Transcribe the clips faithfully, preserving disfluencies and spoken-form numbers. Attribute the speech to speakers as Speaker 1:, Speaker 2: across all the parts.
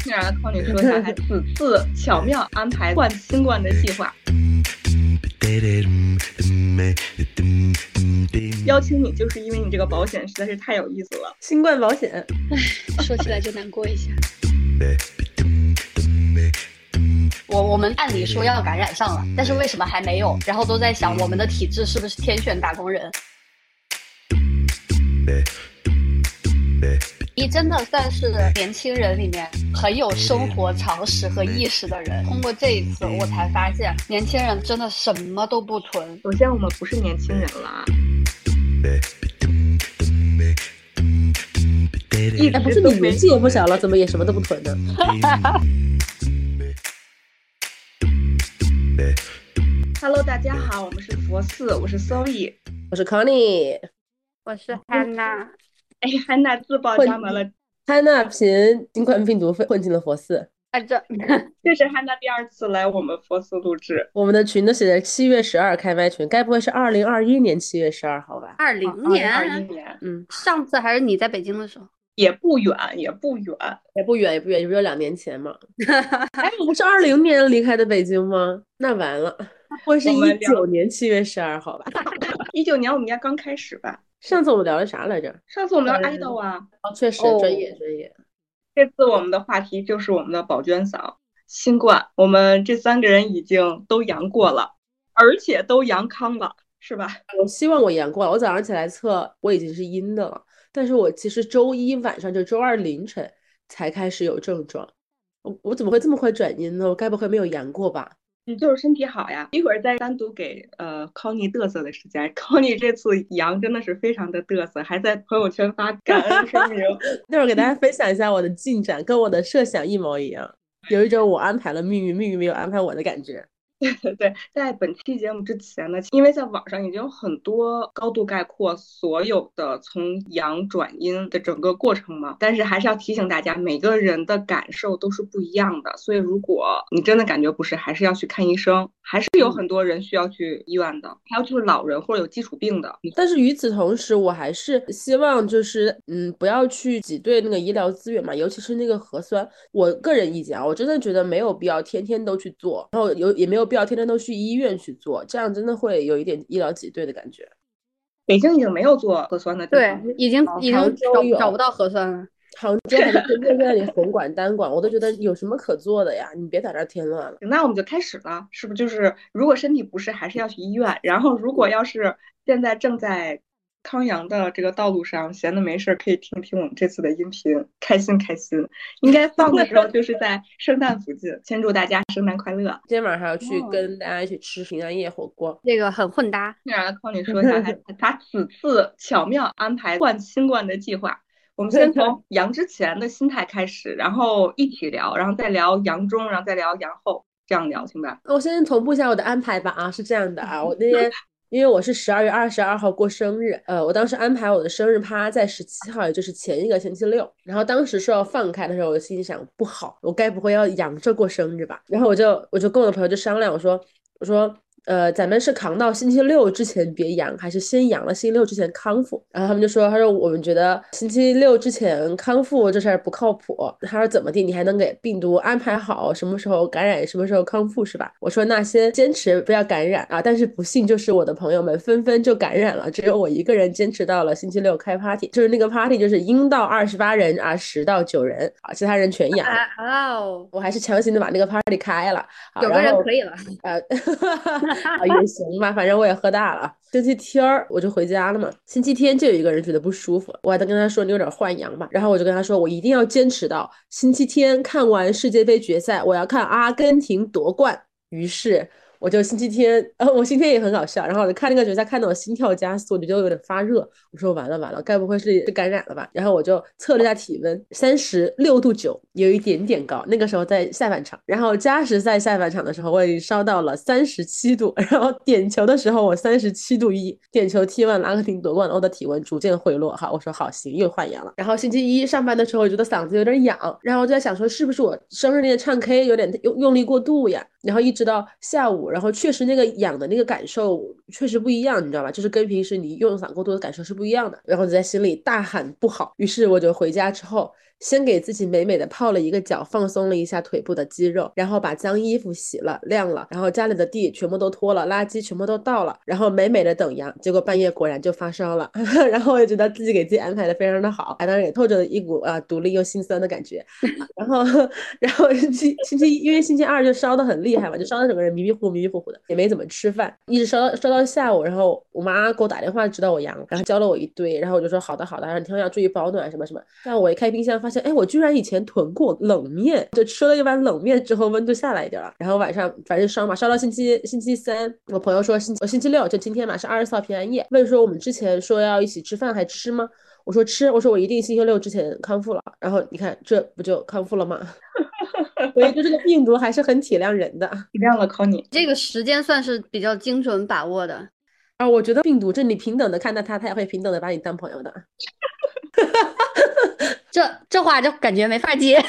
Speaker 1: 让康女说一下，还此次巧妙安排换新冠的计划。邀请你就是因为你这个保险实在是太有意思了。
Speaker 2: 新冠保险，
Speaker 3: 唉，说起来就难过一下。我我们按理说要感染上了，但是为什么还没有？然后都在想我们的体质是不是天选打工人？你真的算是年轻人里面很有生活常识和意识的人。通过这一次，我才发现年轻人真的什么都不囤。
Speaker 1: 首先，我们不是年轻人了啊。
Speaker 2: 哎，不是你年纪也不小了，怎么也什么都不囤呢
Speaker 1: ？Hello， 大家好，我们是佛寺，我是 Zoe，
Speaker 2: 我是 Connie，
Speaker 3: 我是 Hannah。
Speaker 1: 哎 ，Hannah 自报家门了。
Speaker 2: Hannah 凭新冠病毒混进了佛寺。
Speaker 3: 啊，这
Speaker 1: 这是 Hannah 第二次来我们佛寺录制。
Speaker 2: 我们的群都写着七月十二开麦群，该不会是二零二一年七月十二号吧？
Speaker 3: 二零年，
Speaker 1: 二一年，
Speaker 3: 嗯，上次还是你在北京的时候。
Speaker 1: 也不远，也不远，
Speaker 2: 也不远，也不远，不就两年前嘛。哎，我不是二零年离开的北京吗？那完了，会是一九年七月十二号吧？
Speaker 1: 一九年我们应该刚开始吧？
Speaker 2: 上次我们聊的啥来着？
Speaker 1: 上次我们聊爱豆啊。
Speaker 2: 哦，确实，专业专业。
Speaker 1: 这次我们的话题就是我们的宝娟嫂新冠，我们这三个人已经都阳过了，而且都阳康了，是吧？
Speaker 2: 我希望我阳过了，我早上起来测我已经是阴的了，但是我其实周一晚上就周二凌晨才开始有症状。我我怎么会这么快转阴呢？我该不会没有阳过吧？
Speaker 1: 你就是身体好呀，一会儿再单独给呃 Connie 嘚瑟的时间。Connie 这次阳真的是非常的嘚瑟，还在朋友圈发感恩声明。
Speaker 2: 那会儿给大家分享一下我的进展，跟我的设想一模一样，有一种我安排了命运，命运没有安排我的感觉。
Speaker 1: 对对，在本期节目之前呢，因为在网上已经有很多高度概括所有的从阳转阴的整个过程嘛，但是还是要提醒大家，每个人的感受都是不一样的，所以如果你真的感觉不适，还是要去看医生，还是有很多人需要去医院的，还有就是老人或者有基础病的。
Speaker 2: 但是与此同时，我还是希望就是嗯，不要去挤兑那个医疗资源嘛，尤其是那个核酸。我个人意见啊，我真的觉得没有必要天天都去做，然后有也没有必要天天都去医院去做，这样真的会有一点医疗挤兑的感觉。
Speaker 1: 北京已经没有做核酸的地方，
Speaker 3: 对，已经已经找找不到核酸了。
Speaker 2: 杭州还是天天在那里红管单管，我都觉得有什么可做的呀？你别在这添乱了。
Speaker 1: 那我们就开始了，是不是？就是如果身体不适，还是要去医院。然后如果要是现在正在康阳的这个道路上，闲的没事可以听听我们这次的音频，开心开心。应该放的时候就是在圣诞附近。先祝大家圣诞快乐！
Speaker 2: 今天晚上还要去跟大家一起吃平安夜火锅，
Speaker 3: 这个很混搭。
Speaker 1: 让康女说一下，他此次巧妙安排换新冠的计划。我们先从阳之前的心态开始，然后一起聊，然后再聊阳中，然后再聊阳后，这样聊行吧？
Speaker 2: 我先同步一下我的安排吧。啊，是这样的啊，我那天因为我是十二月二十二号过生日，呃，我当时安排我的生日趴在十七号，也就是前一个星期六。然后当时说要放开的时候，我心里想，不好，我该不会要阳着过生日吧？然后我就我就跟我的朋友就商量，我说我说。呃，咱们是扛到星期六之前别阳，还是先阳了星期六之前康复？然后他们就说，他说我们觉得星期六之前康复这事儿不靠谱。他说怎么地，你还能给病毒安排好什么时候感染，什么时候康复是吧？我说那先坚持不要感染啊！但是不幸就是我的朋友们纷纷就感染了，只有我一个人坚持到了星期六开 party， 就是那个 party 就是阴到二十八人啊，十到九人啊，其他人全阳。
Speaker 3: 哦，
Speaker 2: 我还是强行的把那个 party 开了，
Speaker 3: 九个人可以了。
Speaker 2: 呃。啊，也行吧，反正我也喝大了。星期天儿我就回家了嘛。星期天就有一个人觉得不舒服，我还在跟他说你有点换阳吧。然后我就跟他说我一定要坚持到星期天看完世界杯决赛，我要看阿根廷夺冠。于是我就星期天，呃，我星期天也很搞笑，然后我就看那个决赛，看到我心跳加速，我就有点发热。我说完了完了，该不会是感染了吧？然后我就测了一下体温，三十六度九，有一点点高。那个时候在下半场，然后加时赛下半场的时候，我已经烧到了三十七度。然后点球的时候我三十七度一，点球踢完阿根廷夺冠了，我的体温逐渐回落。哈，我说好行，又换阳了。然后星期一上班的时候，我觉得嗓子有点痒，然后我就在想说，是不是我生日那天唱 K 有点用用力过度呀？ 然后一直到下午，然后确实那个痒的那个感受确实不一样，你知道吧？就是跟平时你用嗓过度的感受是不一样的。然后就在心里大喊不好，于是我就回家之后，先给自己美美的泡了一个脚，放松了一下腿部的肌肉，然后把脏衣服洗了晾了，然后家里的地全部都拖了，垃圾全部都倒了，然后美美的等阳。结果半夜果然就发烧了，然后我也觉得自己给自己安排的非常的好，当然也透着一股啊、呃、独立又心酸的感觉。然后然后星期星期一，因为星期二就烧的很厉害嘛，就烧的整个人迷迷糊糊迷迷糊糊的，也没怎么吃饭，一直烧到烧到下午。然后我妈给我打电话知道我阳了，然后教了我一堆，然后我就说好的好的，然后你听要注意保暖什么什么。但我一开冰箱发现，哎，我居然以前囤过冷面，就吃了一碗冷面之后温度下来一点了。然后晚上反正烧嘛，烧到星期星期三，我朋友说星我星期六就今天嘛是二十四号平安夜，问说我们之前说要一起吃饭还吃吗？我说吃，我说我一定星期六之前康复了。然后你看这不就康复了吗？所以就这个病毒还是很体谅人的。
Speaker 1: 体谅了 Connie，
Speaker 3: 这个时间算是比较精准把握的
Speaker 2: 啊，我觉得病毒这你平等的看待他，他也会平等的把你当朋友的。
Speaker 3: 这这话就感觉没法接。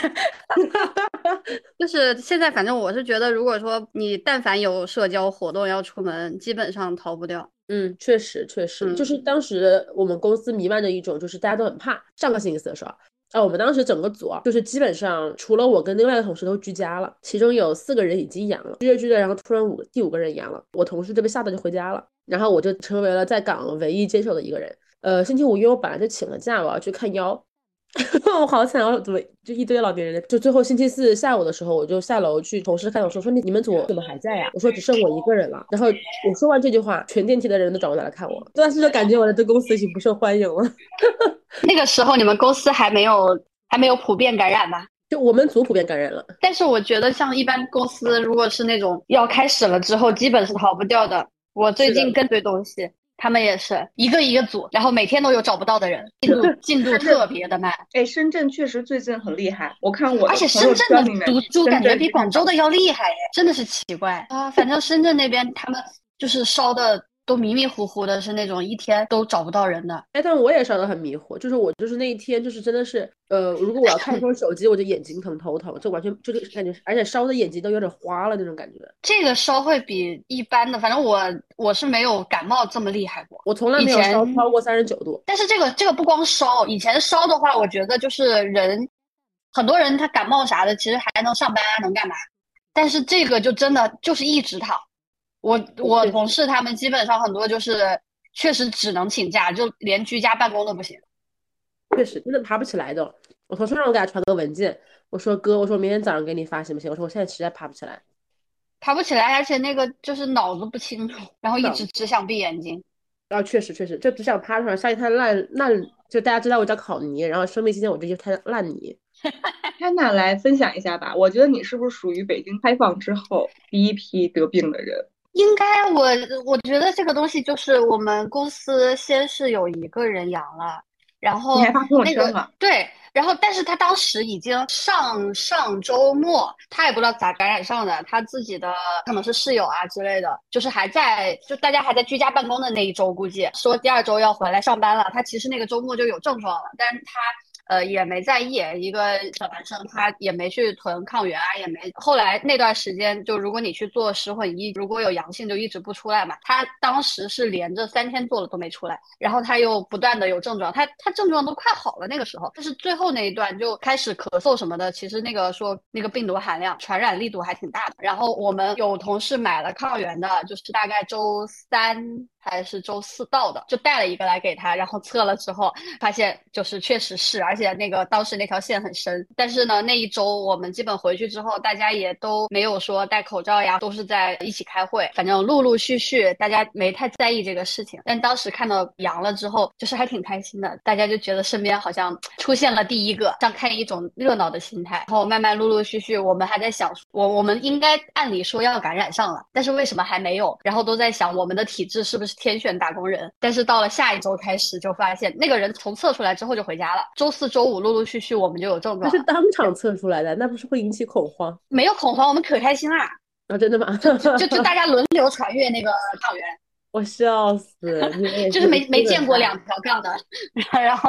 Speaker 3: 就是现在反正我是觉得，如果说你但凡有社交活动要出门，基本上逃不掉。
Speaker 2: 嗯，确实确实、
Speaker 3: 嗯、
Speaker 2: 就是当时我们公司弥漫着一种就是大家都很怕。上个星期四的时候啊，我们当时整个组啊，就是基本上除了我跟另外一个同事都居家了，其中有四个人已经阳了，居着居着，然后突然五个第五个人阳了，我同事就被吓得就回家了，然后我就成为了在岗唯一接受的一个人。呃，星期五因为我本来就请了假，我要去看腰。我好惨，我怎么就一堆老年人？就最后星期四下午的时候，我就下楼去同事看，我说说你你们组怎么还在呀、啊？我说只剩我一个人了。然后我说完这句话，全电梯的人都转过来看我，当时就感觉我在这公司已经不受欢迎了。
Speaker 3: 那个时候你们公司还没有还没有普遍感染吧？
Speaker 2: 就我们组普遍感染了。
Speaker 3: 但是我觉得像一般公司，如果是那种要开始了之后，基本是逃不掉的。我最近跟堆东西。他们也是一个一个组，然后每天都有找不到的人，进度进度特别的慢。
Speaker 1: 哎，深圳确实最近很厉害，我看我的
Speaker 3: 而且深圳的毒株感觉比广州的要厉害耶，真的是奇怪啊！反正深圳那边他们就是烧的都迷迷糊糊的，是那种一天都找不到人的。
Speaker 2: 哎，但我也烧得很迷糊，就是我就是那一天就是真的是，呃，如果我要看一会儿手机，我就眼睛疼头疼，就完全就是感觉，而且烧的眼睛都有点花了那种感觉。
Speaker 3: 这个烧会比一般的，反正我我是没有感冒这么厉害过，
Speaker 2: 我从来没有烧超过三十九度。
Speaker 3: 但是这个这个不光烧，以前烧的话，我觉得就是人很多人他感冒啥的，其实还能上班啊，能干嘛？但是这个就真的就是一直躺。我我同事他们基本上很多就是确实只能请假，就连居家办公都不行。
Speaker 2: 确实真的爬不起来的。我同事让我给他传个文件，我说哥，我说明天早上给你发行不行？我说我现在实在爬不起来，
Speaker 3: 爬不起来，而且那个就是脑子不清楚，然后一直只想闭眼睛。
Speaker 2: 啊，确实确实，就只想趴上下一滩烂烂，就大家知道我叫烤泥，然后说明今天我这一滩烂泥。
Speaker 1: 安娜来分享一下吧，我觉得你是不是属于北京开放之后第一批得病的人？
Speaker 3: 应该我我觉得这个东西就是我们公司先是有一个人阳了，然后
Speaker 1: 你还发朋友
Speaker 3: 那
Speaker 1: 圈了？
Speaker 3: 个对，然后但是他当时已经上上周末，他也不知道咋感染上的，他自己的可能是室友啊之类的，就是还在就大家还在居家办公的那一周，估计说第二周要回来上班了，他其实那个周末就有症状了，但是他。呃，也没在意，一个小男生他也没去囤抗原啊，也没。后来那段时间，就如果你去做十混一，如果有阳性就一直不出来嘛。他当时是连着三天做了都没出来，然后他又不断的有症状，他他症状都快好了那个时候，但是最后那一段就开始咳嗽什么的，其实那个说那个病毒含量传染力度还挺大的。然后我们有同事买了抗原的，就是大概周三还是周四到的，就带了一个来给他，然后测了之后发现就是确实是，而且那个当时那条线很深。但是呢，那一周我们基本回去之后，大家也都没有说戴口罩呀，都是在一起开会，反正陆陆续续大家没太在意这个事情。但当时看到阳了之后，就是还挺开心的，大家就觉得身边好像出现了第一个，像看一种热闹的心态。然后慢慢陆陆续续，我们还在想，我我们应该按理说要感染上了，但是为什么还没有？然后都在想我们的体质是不是天选打工人？但是到了下一周开始，就发现那个人从测出来之后就回家了。周四周五陆陆续续我们就有症状。
Speaker 2: 那是当场测出来的，那不是会引起恐慌？
Speaker 3: 没有恐慌，我们可开心啦！
Speaker 2: 啊，真的吗？
Speaker 3: 就就就大家轮流传阅那个抗原，
Speaker 2: 我笑死！
Speaker 3: 就是没没见过两条杠的，然后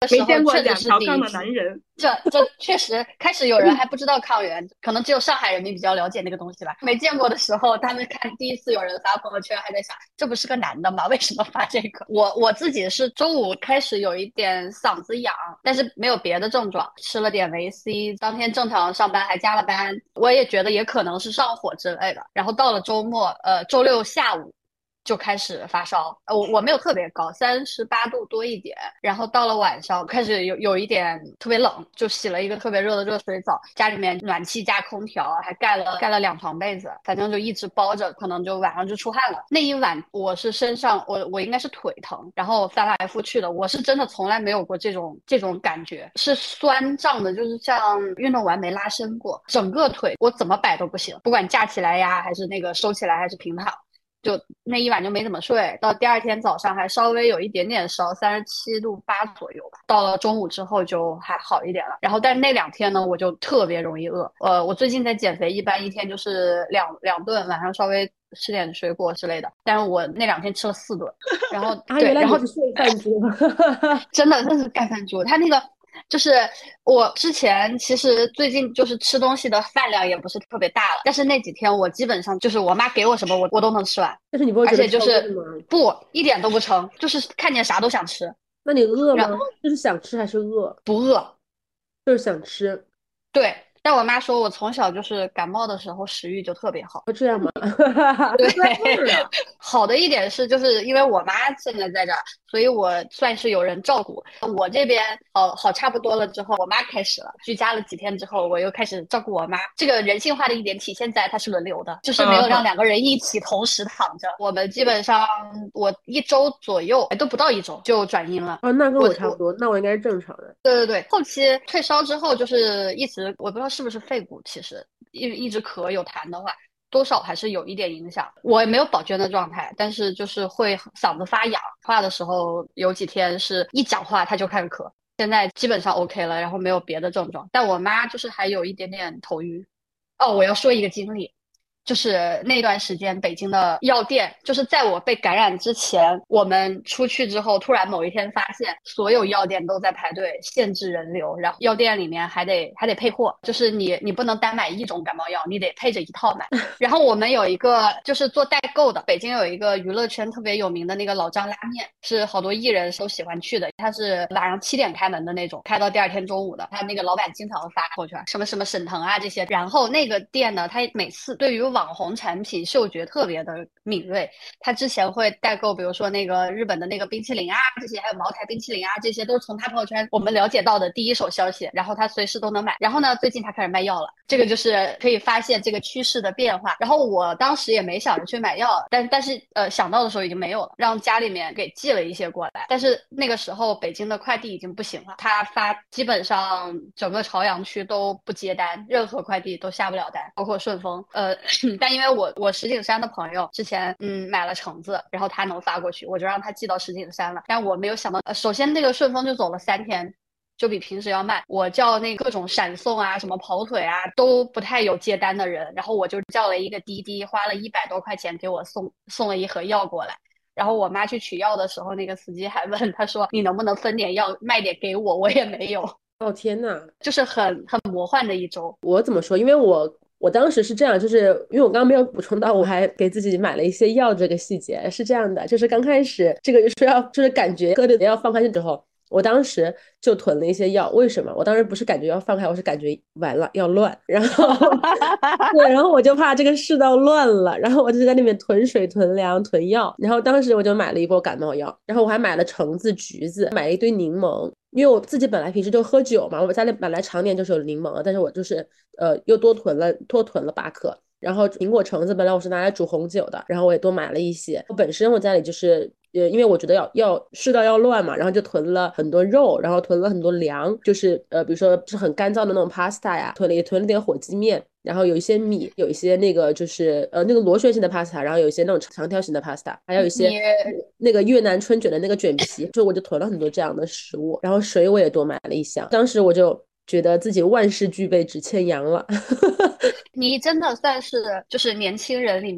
Speaker 1: 没见过
Speaker 3: 确实
Speaker 1: 两条杠的
Speaker 3: 是第一批。
Speaker 1: 男人。
Speaker 3: 这这确实，开始有人还不知道抗原，可能只有上海人民比较了解那个东西吧。没见过的时候，他们看第一次有人发朋友圈，还在想这不是个男的吗？为什么发这个？我我自己是中午开始有一点嗓子痒，但是没有别的症状，吃了点维 C， 当天正常上班还加了班，我也觉得也可能是上火之类的。然后到了周末，呃，周六下午。就开始发烧，呃我我没有特别高，三十八度多一点。然后到了晚上开始有有一点特别冷，就洗了一个特别热的热水澡，家里面暖气加空调，还盖了盖了两床被子，反正就一直包着，可能就晚上就出汗了。那一晚我是身上我我应该是腿疼，然后翻来覆去的，我是真的从来没有过这种这种感觉，是酸胀的，就是像运动完没拉伸过，整个腿我怎么摆都不行，不管架起来呀，还是那个收起来，还是平躺。就那一晚就没怎么睡，到第二天早上还稍微有一点点烧，三十七度八左右吧。到了中午之后就还好一点了。然后，但是那两天呢，我就特别容易饿。呃，我最近在减肥，一般一天就是两两顿，晚上稍微吃点水果之类的。但是我那两天吃了四顿，然后
Speaker 2: 啊，
Speaker 3: 对，然后
Speaker 2: 原来你是睡饭猪。
Speaker 3: 真的真是盖饭猪。他那个就是我之前其实最近就是吃东西的饭量也不是特别大了，但是那几天我基本上就是我妈给我什么我我都能吃完，
Speaker 2: 但是你不会
Speaker 3: 而
Speaker 2: 觉得
Speaker 3: 且就是
Speaker 2: 撑吗？
Speaker 3: 不一点都不撑，就是看见啥都想吃，
Speaker 2: 那你饿吗？
Speaker 3: 然后
Speaker 2: 就是想吃还是饿？
Speaker 3: 不饿。
Speaker 2: 就是想吃。
Speaker 3: 对，但我妈说我从小就是感冒的时候食欲就特别好。
Speaker 2: 哦，这样吗？
Speaker 3: 对，
Speaker 1: 出来味儿了。
Speaker 3: 好的一点是，就是因为我妈现在在这儿，所以我算是有人照顾。我这边好好差不多了之后，我妈开始了，居家了几天之后，我又开始照顾我妈。这个人性化的一点体现在它是轮流的，就是没有让两个人一起同时躺着。我们基本上我一周左右，哎都不到一周就转阴了。
Speaker 2: 哦，那跟
Speaker 3: 我
Speaker 2: 我差不多，那我应该是正常的。
Speaker 3: 对对对，后期退烧之后，就是一直我不知道是不是肺部，其实一一直咳有痰的话，多少还是有一点影响。我也没有宝娟的状态，但是就是会嗓子发痒，话的时候有几天是一讲话他就开始咳。现在基本上 OK 了，然后没有别的症状。但我妈就是还有一点点头晕。哦，我要说一个经历。就是那段时间，北京的药店，就是在我被感染之前，我们出去之后，突然某一天发现，所有药店都在排队，限制人流，然后药店里面还得还得配货，就是你你不能单买一种感冒药，你得配着一套买。然后我们有一个就是做代购的，北京有一个娱乐圈特别有名的那个老张拉面，是好多艺人都喜欢去的，它是晚上七点开门的那种，开到第二天中午的。他那个老板经常发朋友圈，什么什么沈腾啊这些。然后那个店呢，他每次对于网红产品嗅觉特别的敏锐，他之前会代购，比如说那个日本的那个冰淇淋啊，这些还有茅台冰淇淋啊，这些都是从他朋友圈我们了解到的第一手消息，然后他随时都能买。然后呢，最近他开始卖药了，这个就是可以发现这个趋势的变化。然后我当时也没想着去买药，但但是呃想到的时候已经没有了，让家里面给寄了一些过来。但是那个时候北京的快递已经不行了，他发基本上整个朝阳区都不接单，任何快递都下不了单，包括顺丰。呃，但因为我我石景山的朋友之前嗯买了橙子，然后他能发过去，我就让他寄到石景山了。但我没有想到，呃，首先那个顺丰就走了三天。就比平时要慢，我叫那各种闪送啊、什么跑腿啊，都不太有接单的人，然后我就叫了一个滴滴，花了一百多块钱给我送送了一盒药过来。然后我妈去取药的时候，那个司机还问他说：“你能不能分点药卖点给我？”我也没有。
Speaker 2: 哦天呐，
Speaker 3: 就是很很魔幻的一周。
Speaker 2: 我怎么说？因为我我当时是这样，就是因为我刚刚没有补充到，我还给自己买了一些药，这个细节是这样的，就是刚开始这个就是要就是感觉喝的要放开之后。我当时就囤了一些药，为什么？我当时不是感觉要放开，我是感觉完了要乱，然后对，然后我就怕这个世道乱了，然后我就在那边囤水、囤粮、囤药，然后当时我就买了一波感冒药，然后我还买了橙子、橘子，买了一堆柠檬，因为我自己本来平时就喝酒嘛，我家里本来常年就是有柠檬，但是我就是呃又多囤了多囤了八颗。然后苹果橙子本来我是拿来煮红酒的，然后我也多买了一些。本身我家里就是呃，因为我觉得要要世道要乱嘛，然后就囤了很多肉，然后囤了很多粮，就是呃，比如说是很干燥的那种 pasta 呀，囤了也囤了点火鸡面，然后有一些米，有一些那个就是呃那个螺旋形的 pasta，然后有一些那种长条形的 pasta， 还有一些那个越南春卷的那个卷皮，就我就囤了很多这样的食物，然后水我也多买了一箱。当时我就觉得自己万事俱备，只欠羊了。
Speaker 3: 你真的算是就是年轻人里面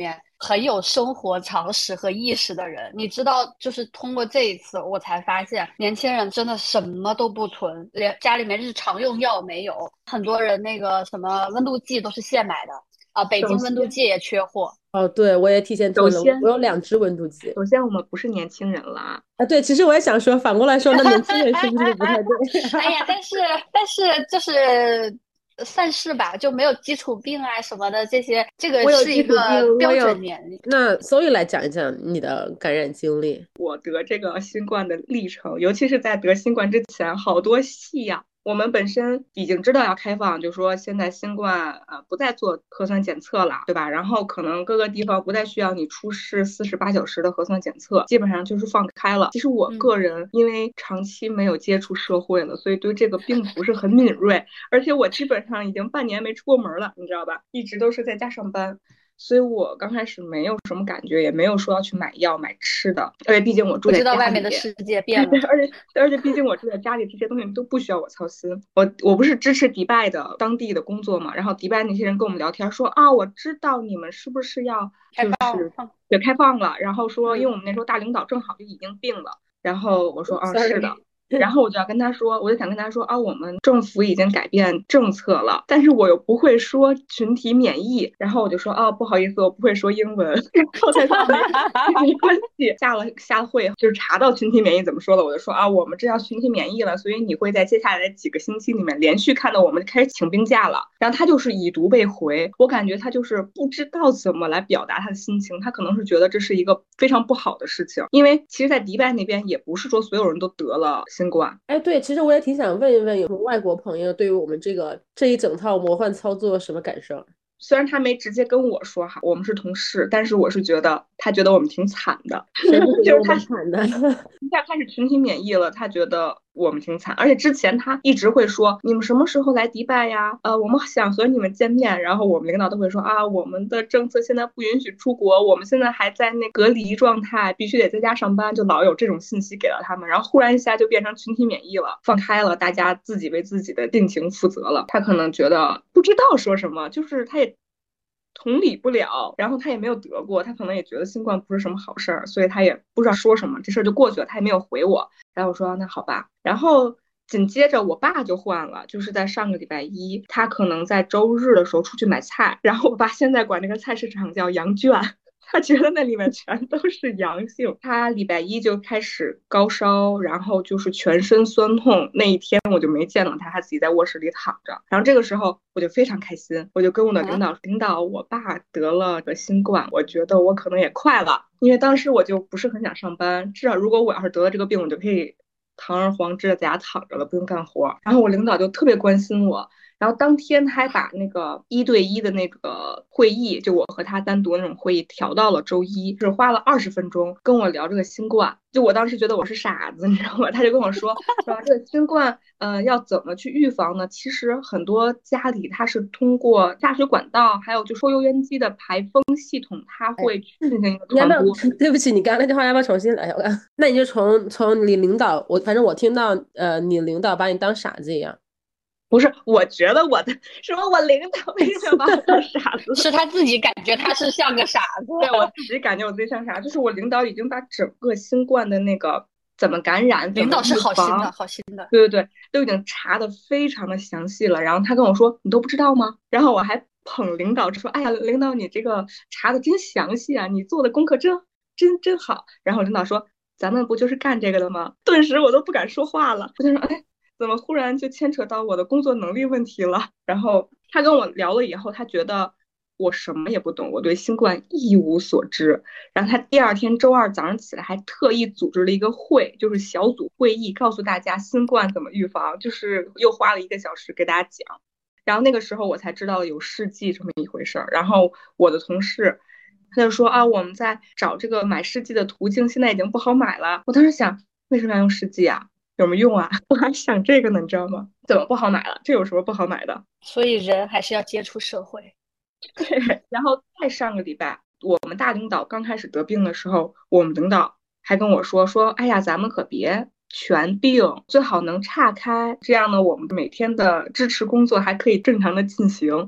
Speaker 3: 很有生活常识和意识的人。你知道，就是通过这一次，我才发现年轻人真的什么都不囤，连家里面日常用药没有，很多人那个什么温度计都是现买的啊，北京温度计也缺货。
Speaker 2: 哦，对，我也提前囤了，
Speaker 1: 首先
Speaker 2: 我有两只温度计。
Speaker 1: 首先我们不是年轻人了啊，
Speaker 2: 啊，对，其实我也想说，反过来说，那年轻人是不是不太对？
Speaker 3: 哎呀，但是但是就是算是吧，就没有基础病啊什么的这些，这个
Speaker 2: 我有
Speaker 3: 是一个
Speaker 2: 基础病，
Speaker 3: 标
Speaker 2: 我有
Speaker 3: 准年龄。
Speaker 2: 那所以来讲一讲你的感染经历。
Speaker 1: 我得这个新冠的历程，尤其是在得新冠之前，好多戏呀、我们本身已经知道要开放，就说现在新冠呃不再做核酸检测了，对吧？然后可能各个地方不再需要你出示四十八小时的核酸检测，基本上就是放开了。其实我个人因为长期没有接触社会了，所以对这个并不是很敏锐，而且我基本上已经半年没出过门了，你知道吧？一直都是在家上班。所以我刚开始没有什么感觉，也没有说要去买药买吃的，而且毕竟我住在家里，
Speaker 3: 不知道外面的世界变了。
Speaker 1: 而且而且毕竟我住在家里，这些东西都不需要我操心。我我不是支持迪拜的当地的工作嘛，然后迪拜那些人跟我们聊天说啊，我知道你们是不是要就是也开放了，然后说因为我们那时候大领导正好就已经病了，然后我说啊是的。然后我就要跟他说，我就想跟他说啊，我们政府已经改变政策了，但是我又不会说群体免疫，然后我就说啊，不好意思，我不会说英文，然后他说没没关系，下了下了会就是查到群体免疫怎么说了，我就说啊，我们这要群体免疫了，所以你会在接下来的几个星期里面连续看到我们开始请病假了，然后他就是已读被回，我感觉他就是不知道怎么来表达他的心情，他可能是觉得这是一个非常不好的事情，因为其实在迪拜那边也不是说所有人都得了新冠。
Speaker 2: 哎，对，其实我也挺想问一问，有什么外国朋友对于我们这个这一整套魔幻操作什么感受？
Speaker 1: 虽然他没直接跟我说哈，我们是同事，但是我是觉得他觉得我们挺惨的，
Speaker 2: 谁不觉得我们
Speaker 1: 就是
Speaker 2: 惨的？
Speaker 1: 一下开始群体免疫了，他觉得我们挺惨，而且之前他一直会说你们什么时候来迪拜呀？呃，我们想和你们见面，然后我们领导都会说啊，我们的政策现在不允许出国，我们现在还在那隔离状态，必须得在家上班，就老有这种信息给到他们，然后忽然一下就变成群体免疫了，放开了，大家自己为自己的病情负责了，他可能觉得不知道说什么，就是他也同理不了，然后他也没有得过，他可能也觉得新冠不是什么好事儿，所以他也不知道说什么，这事儿就过去了，他也没有回我。然后我说那好吧，然后紧接着我爸就换了，就是在上个礼拜一，他可能在周日的时候出去买菜，然后我爸现在管那个菜市场叫羊圈。他觉得那里面全都是阳性，他礼拜一就开始高烧，然后就是全身酸痛。那一天我就没见到他，他自己在卧室里躺着。然后这个时候我就非常开心，我就跟我的领导说、啊、领导，我爸得了个新冠，我觉得我可能也快了，因为当时我就不是很想上班，至少如果我要是得了这个病，我就可以堂而皇之的在家躺着了，不用干活。然后我领导就特别关心我。然后当天他还把那个一对一的那个会议，就我和他单独那种会议调到了周一，就是花了二十分钟跟我聊这个新冠。就我当时觉得我是傻子，你知道吗？他就跟我说，说这个新冠，呃，要怎么去预防呢？其实很多家里它是通过下水管道，还有就抽油烟机的排风系统，它会去进行一个传播。
Speaker 2: 对不起，你刚刚那句话要不要重新来？那你就从从你领导，我反正我听到，呃，你领导把你当傻子一样。
Speaker 1: 不是，我觉得我的什么，我领导为什么把我当傻子？
Speaker 3: 是他自己感觉他是像个傻子。
Speaker 1: 对，我自己感觉我自己像傻，就是我领导已经把整个新冠的那个怎么感染，
Speaker 3: 领导是好心的，好心的。
Speaker 1: 对对对，都已经查的非常的详细了。然后他跟我说，你都不知道吗？然后我还捧领导说，哎呀，领导你这个查的真详细啊，你做的功课真真真好。然后领导说，咱们不就是干这个的吗？顿时我都不敢说话了，我就说，哎。怎么忽然就牵扯到我的工作能力问题了？然后他跟我聊了以后，他觉得我什么也不懂，我对新冠一无所知。然后他第二天周二早上起来还特意组织了一个会，就是小组会议，告诉大家新冠怎么预防，就是又花了一个小时给大家讲。然后那个时候我才知道有试剂这么一回事儿。然后我的同事他就说啊，我们在找这个买试剂的途径，现在已经不好买了。我当时想，为什么要用试剂啊？有没有用啊？我还想这个呢，你知道吗？怎么不好买了？这有什么不好买的？
Speaker 3: 所以人还是要接触社会。
Speaker 1: 对，然后再上个礼拜，我们大领导刚开始得病的时候，我们领导还跟我说说，哎呀，咱们可别全病，最好能岔开，这样呢，我们每天的支持工作还可以正常的进行。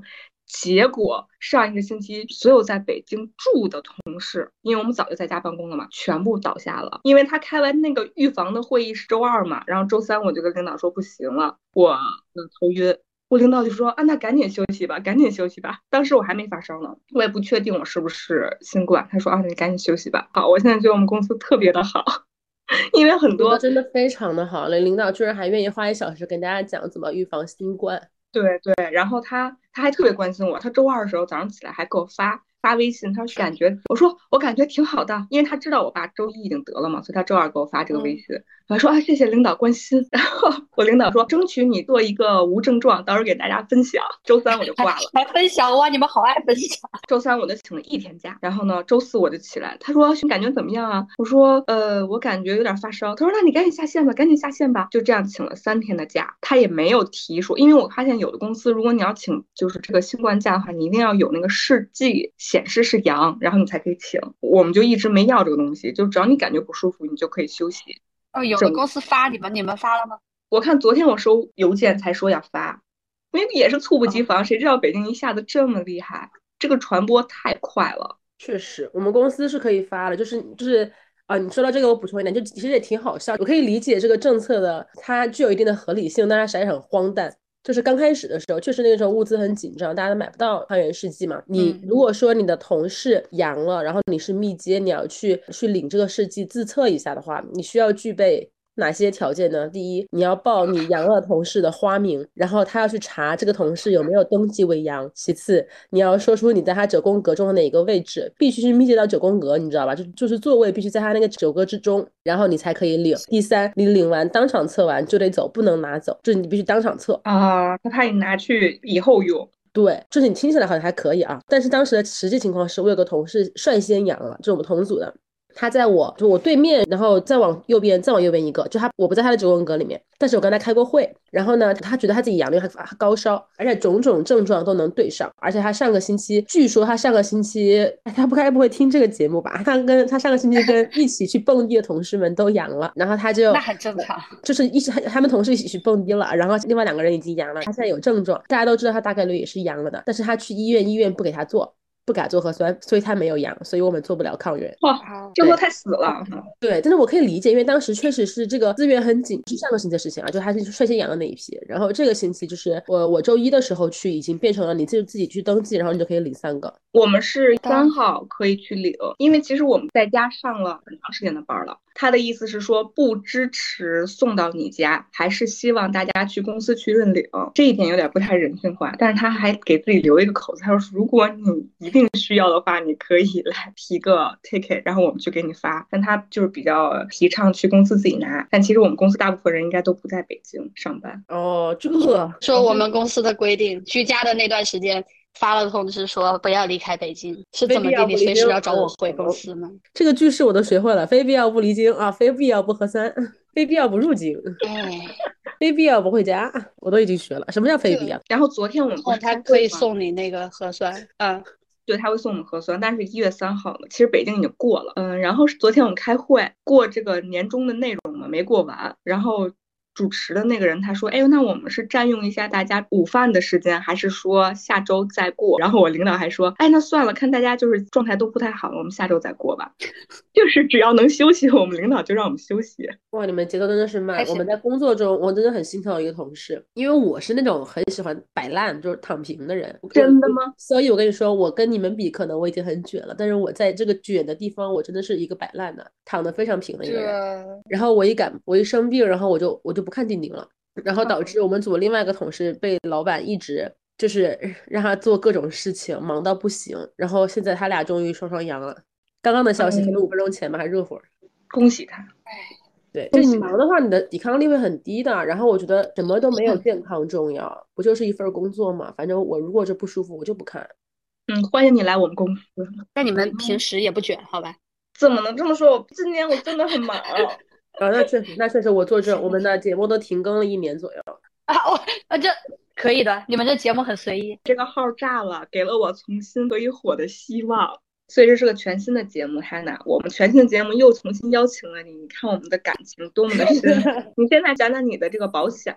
Speaker 1: 结果上一个星期，所有在北京住的同事，因为我们早就在家办公了嘛，全部倒下了。因为他开完那个预防的会议是周二嘛，然后周三我就跟领导说不行了，我头晕。我领导就说啊，那赶紧休息吧，赶紧休息吧。当时我还没发烧呢，我也不确定我是不是新冠。他说啊，你赶紧休息吧。好，我现在觉得我们公司特别的好，因为很多
Speaker 2: 真的非常的好，领导居然还愿意花一小时跟大家讲怎么预防新冠。
Speaker 1: 对对，然后他他还特别关心我，他周二的时候早上起来还给我发发微信，他说感觉，我说我感觉挺好的，因为他知道我爸周一已经得了嘛，所以他周二给我发这个微信，他、嗯、说啊谢谢领导关心，然后我领导说争取你做一个无症状，到时候给大家分享。周三我就挂了，
Speaker 3: 还分享哇，你们好爱分享。
Speaker 1: 周三我就请了一天假，然后呢周四我就起来，他说你感觉怎么样啊？我说呃我感觉有点发烧，他说那你赶紧下线吧，赶紧下线吧，就这样请了三天的假，他也没有提说，因为我发现有的公司如果你要请就是这个新冠假的话，你一定要有那个试剂显示是阳，然后你才可以请。我们就一直没要这个东西，就只要你感觉不舒服，你就可以休息。
Speaker 3: 哦，有的公司发你们，你们发了吗？
Speaker 1: 我看昨天我收邮件才说要发，因为也是猝不及防，哦、谁知道北京一下子这么厉害，这个传播太快了。
Speaker 2: 确实，我们公司是可以发的，就是就是啊，你说到这个，我补充一点，就其实也挺好笑。我可以理解这个政策的，它具有一定的合理性，但它实在是很荒诞。就是刚开始的时候，确实那个时候物资很紧张，大家都买不到抗原试剂嘛。你如果说你的同事阳了，然后你是密接，你要去去领这个试剂自测一下的话，你需要具备哪些条件呢？第一，你要报你阳了同事的花名，然后他要去查这个同事有没有登记为阳。其次，你要说出你在他九宫格中的哪个位置，必须是密接到九宫格，你知道吧？就就是座位必须在他那个九个之中，然后你才可以领。第三，你领完当场测完就得走，不能拿走，就是你必须当场测
Speaker 1: 啊，他怕你拿去以后用。
Speaker 2: 对，就是你听起来好像还可以啊，但是当时的实际情况是我有个同事率先阳了，就是我们同组的。他在我就我对面，然后再往右边，再往右边一个，就他我不在他的九宫格里面，但是我跟他开过会，然后呢，他觉得他自己阳了，还高烧，而且种种症状都能对上，而且他上个星期，据说他上个星期，哎，他不该不会听这个节目吧？他跟他上个星期跟一起去蹦迪的同事们都阳了，然后他就
Speaker 3: 那很正常，
Speaker 2: 就是一起他们同事一起去蹦迪了，然后另外两个人已经阳了，他现在有症状，大家都知道他大概率也是阳了的，但是他去医院，医院不给他做。不敢做核酸，所以他没有阳，所以我们做不了抗原。
Speaker 1: 哇，这波太死了。
Speaker 2: 对，但是我可以理解，因为当时确实是这个资源很紧，是上个星期的事情啊，就他是率先阳的那一批。然后这个星期就是我我周一的时候去，已经变成了你自己自己去登记，然后你就可以领三个。
Speaker 1: 我们是三号可以去领，因为其实我们在家上了很长时间的班了。他的意思是说不支持送到你家，还是希望大家去公司去认领。这一点有点不太人性化，但是他还给自己留一个口子，他说如果你一定需要的话，你可以来提个 ticket， 然后我们去给你发。但他就是比较提倡去公司自己拿，但其实我们公司大部分人应该都不在北京上班。
Speaker 2: 哦，这个
Speaker 3: 说我们公司的规定，居家的那段时间发了通知说不要离开北京，是怎么地？你随时要找我回公司吗？
Speaker 2: 这个句式我都学会了，非必要不离京啊，非必要不核酸，非必要不入京，非必要不回家，我都已经学了。什么叫非必要？
Speaker 1: 然后昨天我们不是
Speaker 3: 他可以送你那个核酸，嗯。
Speaker 1: 对，他会送我们核酸，但是一月三号了，其实北京已经过了，嗯，然后昨天我们开会过这个年终的内容嘛，没过完，然后主持的那个人他说，哎呦，那我们是占用一下大家午饭的时间，还是说下周再过？然后我领导还说，哎，那算了，看大家就是状态都不太好，我们下周再过吧。就是只要能休息，我们领导就让我们休息。
Speaker 2: 哇，你们节奏真的是慢。我们在工作中，我真的很心疼一个同事，因为我是那种很喜欢摆烂，就是躺平的人。
Speaker 1: 真的吗？
Speaker 2: 所以我跟你说，我跟你们比，可能我已经很卷了，但是我在这个卷的地方，我真的是一个摆烂的，躺得非常平的一个人。然后我一感，我一生病，然后我就我就不看钉钉了，然后导致我们组另外一个同事被老板一直就是让他做各种事情，忙到不行。然后现在他俩终于双双阳了。刚刚的消息可能五分钟前吧，还热乎。
Speaker 1: 恭喜他！
Speaker 2: 对，就你忙的话，你的抵抗力会很低的。然后我觉得什么都没有健康重要，不就是一份工作嘛？反正我如果是不舒服，我就不看。
Speaker 1: 嗯，欢迎你来我们公司。
Speaker 3: 那你们平时也不卷，好吧？
Speaker 1: 怎么能这么说？我今年我真的很忙。
Speaker 2: 啊，那确实，那确实，我作证，我们的节目都停更了一年左右。
Speaker 3: 啊，我啊，这可以的，你们这节目很随意。
Speaker 1: 这个号炸了，给了我重新可以火的希望。所以这是个全新的节目 Hannah， 我们全新的节目又重新邀请了你，你看我们的感情多么的深。你现在讲讲你的这个保险吧，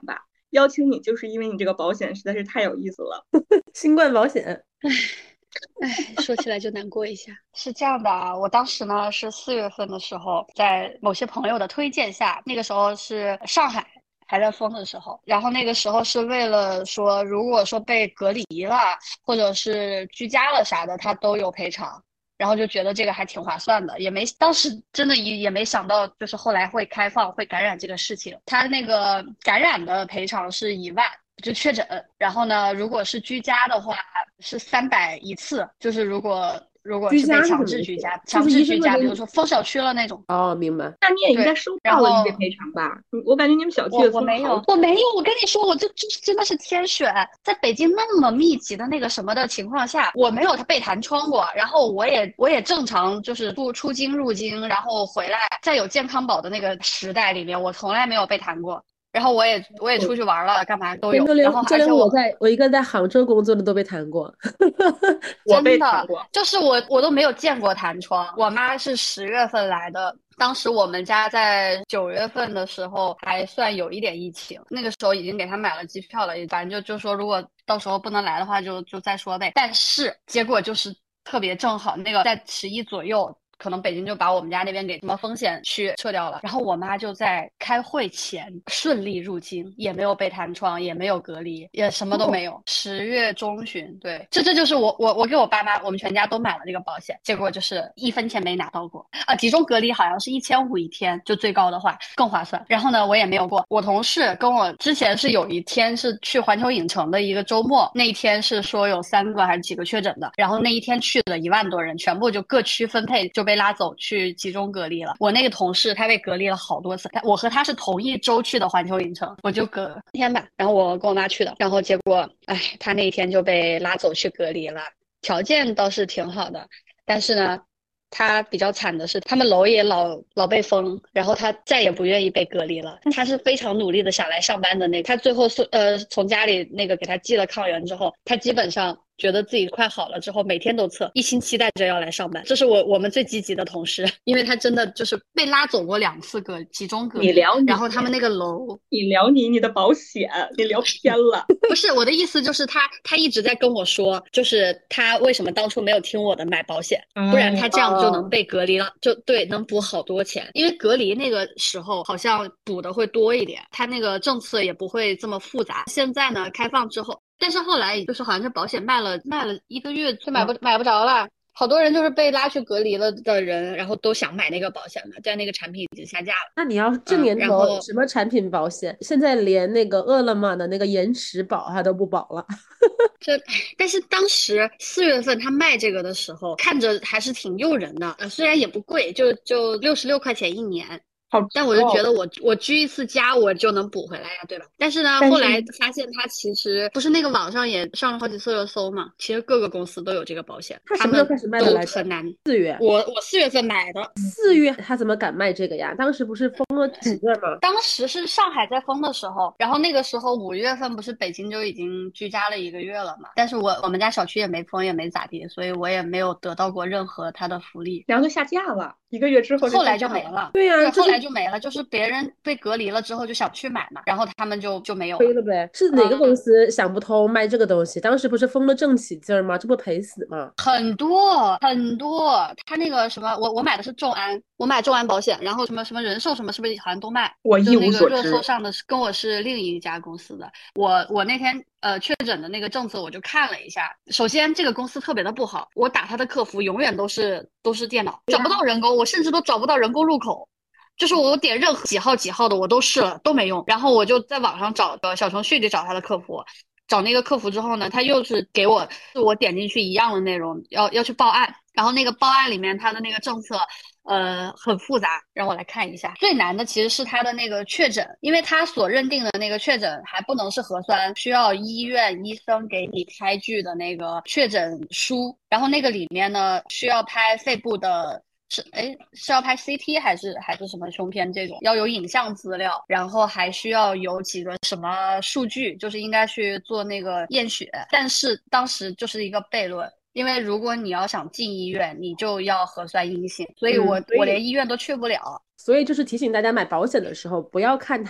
Speaker 1: 邀请你就是因为你这个保险实在是太有意思了。
Speaker 2: 新冠保险，
Speaker 3: 哎，说起来就难过一下。是这样的啊，我当时呢是四月份的时候，在某些朋友的推荐下，那个时候是上海还在封的时候，然后那个时候是为了说，如果说被隔离了或者是居家了啥的，他都有赔偿。然后就觉得这个还挺划算的，也没当时真的也也没想到，就是后来会开放会感染这个事情。他那个感染的赔偿是一万，就确诊，然后呢，如果是居家的话是三百一次，就是如果如果是被强制居家，强制居家，比如说封小区了那种。
Speaker 2: 哦，明白。
Speaker 1: 那你也应该收到了一些赔偿吧？我感觉你们小区
Speaker 3: 我我没有，我没有。我跟你说，我这这真的是天选，在北京那么密集的那个什么的情况下，我没有他被弹窗过，然后我也我也正常就是出出京入京，然后回来，在有健康宝的那个时代里面，我从来没有被弹过。然后我也我也出去玩了，干嘛都有。然后而且
Speaker 2: 我在我一个在杭州工作的都被弹过，
Speaker 1: 我被弹过，
Speaker 3: 就是我我都没有见过弹窗。我妈是十月份来的，当时我们家在九月份的时候还算有一点疫情，那个时候已经给她买了机票了，反正就就说如果到时候不能来的话就就再说呗。但是结果就是特别正好，那个在十一左右。可能北京就把我们家那边给什么风险区撤掉了，然后我妈就在开会前顺利入京，也没有被弹窗，也没有隔离，也什么都没有。十、哦、月中旬，对，这这就是我我我给我爸妈，我们全家都买了这个保险，结果就是一分钱没拿到过啊。集中隔离好像是一千五一天，就最高的话更划算。然后呢，我也没有过。我同事跟我之前是有一天是去环球影城的一个周末，那一天是说有三个还是几个确诊的，然后那一天去了一万多人，全部就各区分配就被拉走去集中隔离了。我那个同事他被隔离了好多次，我和他是同一周去的环球影城，我就隔天吧，然后我跟我妈去的，然后结果哎，他那一天就被拉走去隔离了。条件倒是挺好的，但是呢他比较惨的是他们楼也老老被封，然后他再也不愿意被隔离了。他是非常努力的想来上班的那个，他最后呃从家里那个给他寄了抗原之后，他基本上觉得自己快好了之后，每天都测，一心期待着要来上班。这是我我们最积极的同事，因为他真的就是被拉走过两次隔集中隔离。
Speaker 1: 你聊你，
Speaker 3: 然后他们那个楼，
Speaker 1: 你聊你你的保险，你聊偏了。
Speaker 3: 不是我的意思，就是他他一直在跟我说，就是他为什么当初没有听我的买保险，不然他这样就能被隔离了，就对，能补好多钱。因为隔离那个时候好像补的会多一点，他那个政策也不会这么复杂。现在呢，开放之后。但是后来就是好像这保险卖了卖了一个月就买不买不着了，好多人就是被拉去隔离了的人，然后都想买那个保险的，但那个产品已经下架了。
Speaker 2: 那你要这年头什么产品保险？嗯、现在连那个饿了么的那个延迟保它都不保了。
Speaker 3: 这但是当时四月份他卖这个的时候，看着还是挺诱人的，呃，虽然也不贵，就就六十六块钱一年。
Speaker 1: 好，
Speaker 3: 但我就觉得我我居一次家我就能补回来呀，对吧？但是呢，
Speaker 1: 是
Speaker 3: 后来发现它其实不是那个网上也上了好几次热搜嘛，其实各个公司都有这个保险。
Speaker 2: 他什么时候开始卖的来着？
Speaker 3: 很难。
Speaker 2: 四月。
Speaker 3: 我我四月份买的。
Speaker 2: 四月他怎么敢卖这个呀？当时不是封了几个吗？
Speaker 3: 当时是上海在封的时候，然后那个时候五月份不是北京就已经居家了一个月了嘛？但是我我们家小区也没封，也没咋地，所以我也没有得到过任何它的福利。
Speaker 1: 然后就下架了，一个月之后就
Speaker 3: 后来就没了。
Speaker 2: 对呀、啊，
Speaker 3: 后来就没了，就是别人被隔离了之后就想去买嘛，然后他们就就没有
Speaker 2: 亏了呗。是哪个公司想不通卖这个东西？嗯、当时不是封了正起劲儿吗？这不赔死吗？
Speaker 3: 很多很多，他那个什么，我我买的是众安，我买众安保险，然后什么什么人寿什么是不是好像都卖？
Speaker 1: 我一无所知。
Speaker 3: 热搜上的跟我是另一家公司的，我我那天呃确诊的那个政策我就看了一下，首先这个公司特别的不好，我打他的客服永远都是都是电脑，找不到人工，我甚至都找不到人工入口。就是我点任何几号几号的我都试了都没用，然后我就在网上找个小程序里找他的客服，找那个客服之后呢，他又是给我是我点进去一样的内容，要要去报案，然后那个报案里面他的那个政策呃很复杂，让我来看一下。最难的其实是他的那个确诊，因为他所认定的那个确诊还不能是核酸，需要医院医生给你开具的那个确诊书，然后那个里面呢需要拍肺部的是哎，是要拍 C T 还是还是什么胸片这种，要有影像资料，然后还需要有几个什么数据，就是应该去做那个验血。但是当时就是一个悖论，因为如果你要想进医院，你就要核酸阴性，所以我、嗯、我连医院都去不了。
Speaker 2: 所以就是提醒大家买保险的时候，不要看它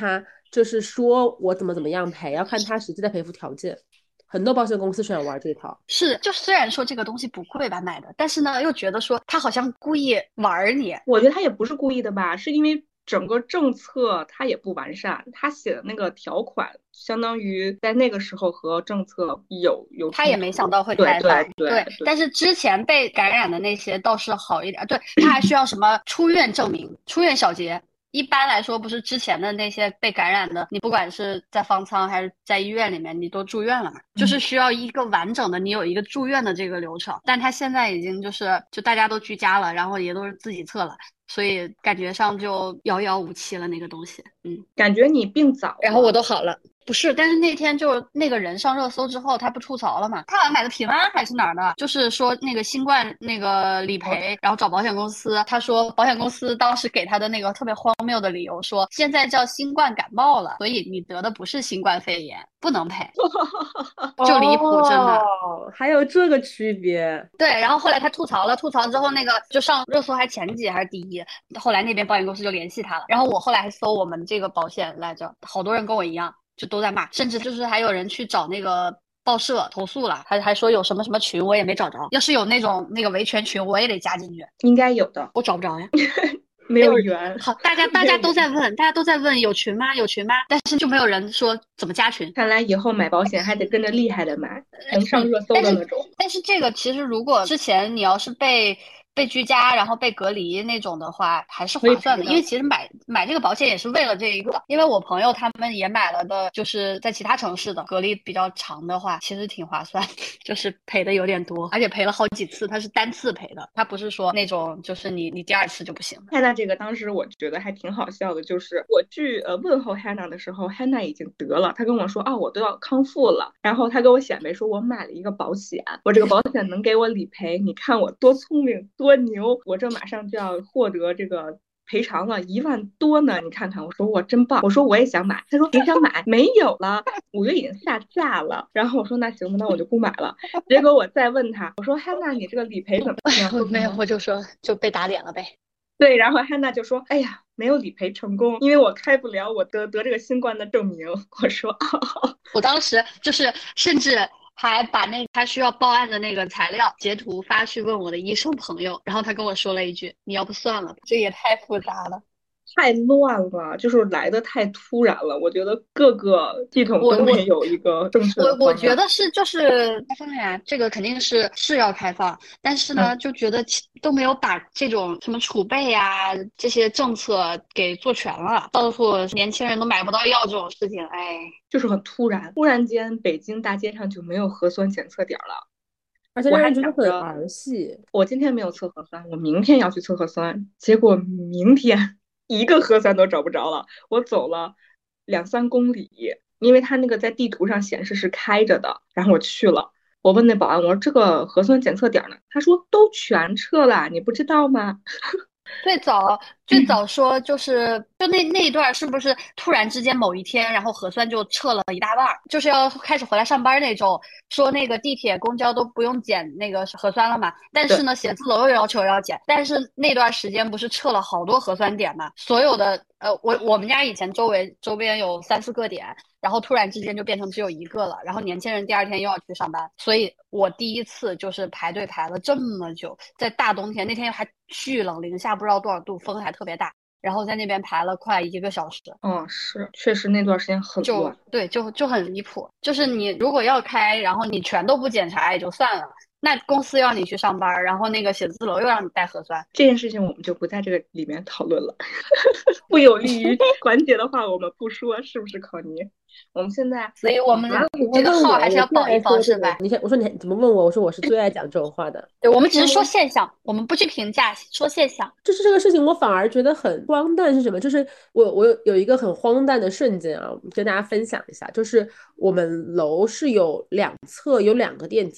Speaker 2: 就是说我怎么怎么样赔，要看他实际的赔付条件。很多保险公司喜欢玩这套。
Speaker 3: 是，就虽然说这个东西不贵吧买的，但是呢又觉得说他好像故意玩你。
Speaker 1: 我觉得他也不是故意的吧，是因为整个政策它也不完善，他写的那个条款相当于在那个时候和政策有有
Speaker 3: 他也没想到会开放。
Speaker 1: 对对 对, 对, 对，
Speaker 3: 但是之前被感染的那些倒是好一点。对，他还需要什么出院证明、出院小结。一般来说，不是之前的那些被感染的，你不管是在方舱还是在医院里面，你都住院了嘛，
Speaker 1: 嗯、
Speaker 3: 就是需要一个完整的，你有一个住院的这个流程。但他现在已经就是就大家都居家了，然后也都是自己测了，所以感觉上就遥遥无期了那个东西。嗯，
Speaker 1: 感觉你病早，
Speaker 3: 然后我都好了。不是，但是那天就那个人上热搜之后，他不吐槽了嘛？他好像买的平安还是哪儿的，就是说那个新冠那个理赔，然后找保险公司，他说保险公司当时给他的那个特别荒谬的理由说，现在叫新冠感冒了，所以你得的不是新冠肺炎，不能赔，就离谱，真的。
Speaker 2: 哦，还有这个区别。
Speaker 3: 对，然后后来他吐槽了，吐槽之后那个就上热搜还前几还是第一，后来那边保险公司就联系他了，然后我后来还搜我们这个保险来着，好多人跟我一样。就都在骂，甚至就是还有人去找那个报社投诉了，还还说有什么什么群，我也没找着。要是有那种那个维权群，我也得加进去。
Speaker 1: 应该有的，
Speaker 3: 我找不着呀，
Speaker 1: 没有缘。
Speaker 3: 好，大家大家都在问，大家都在问有群吗？有群吗？但是就没有人说怎么加群。
Speaker 1: 看来以后买保险还得跟着厉害的买，能上热搜的那种。
Speaker 3: 但是, 但是这个其实如果之前你要是被。被居家然后被隔离那种的话还是划算的，因为其实买买这个保险也是为了这一个，因为我朋友他们也买了的，就是在其他城市的隔离比较长的话其实挺划算，就是赔的有点多，而且赔了好几次，他是单次赔的，他不是说那种就是你你第二次就不行了。
Speaker 1: Hannah 这个当时我觉得还挺好笑的，就是我去呃问候 Hannah 的时候 Hannah 已经得了，他跟我说啊我都要康复了，然后他给我显摆说我买了一个保险，我这个保险能给我理赔，你看我多聪明多牛，我这马上就要获得这个赔偿了，一万多呢，你看看。我说我真棒，我说我也想买，他说你想买没有了，五月已经下架了。然后我说那行吧，那我就不买了。结果我再问他，我说 Hannah 你这个理赔怎么样？
Speaker 3: 没有，我就说就被打脸了呗。
Speaker 1: 对，然后 Hannah 就说哎呀没有理赔成功，因为我开不了我得得这个新冠的证明。我说哦，
Speaker 3: 我当时就是甚至还把那他需要报案的那个材料截图发去问我的医生朋友，然后他跟我说了一句你要不算了，这也太复杂了，
Speaker 1: 太乱了，就是来的太突然了，我觉得各个系统都没有一个正确的方案。
Speaker 3: 我我觉得是就是开放呀，这个肯定是是要开放，但是呢、嗯、就觉得都没有把这种什么储备呀这些政策给做全了，到处年轻人都买不到药这种事情，哎，
Speaker 1: 就是很突然，突然间北京大街上就没有核酸检测点了，
Speaker 2: 而且让人觉得很儿戏。
Speaker 1: 我今天没有测核酸，我明天要去测核酸，结果明天一个核酸都找不着了。我走了两三公里，因为他那个在地图上显示是开着的，然后我去了。我问那保安，我说这个核酸检测点呢？他说都全撤了，你不知道吗？
Speaker 3: 最早最早说就是就那那一段是不是突然之间某一天，然后核酸就撤了一大半，就是要开始回来上班那周，说那个地铁公交都不用检那个核酸了嘛，但是呢写字楼又要求要检，但是那段时间不是撤了好多核酸点嘛，所有的呃我我们家以前周围周边有三四个点，然后突然之间就变成只有一个了，然后年轻人第二天又要去上班，所以我第一次就是排队排了这么久，在大冬天那天还巨冷，零下不知道多少度，风还特别大，然后在那边排了快一个小时。
Speaker 1: 哦，是，确实那段时间很乱，
Speaker 3: 就对，就就很离谱。就是你如果要开，然后你全都不检查也就算了，那公司要你去上班，然后那个写字楼又让你带核酸，
Speaker 1: 这件事情我们就不在这个里面讨论了。不有利于团结的话，我们不说，是不是考尼？我们现在，
Speaker 3: 所以我们这个号还是要保一保，是吧？
Speaker 2: 你先，我说你怎么问我？我说我是最爱讲这种话的。
Speaker 3: 对，我们只是说现象，我们不去评价，说现象。
Speaker 2: 就是这个事情，我反而觉得很荒诞是什么？就是我我有有一个很荒诞的瞬间啊，跟大家分享一下。就是我们楼是有两侧有两个电梯，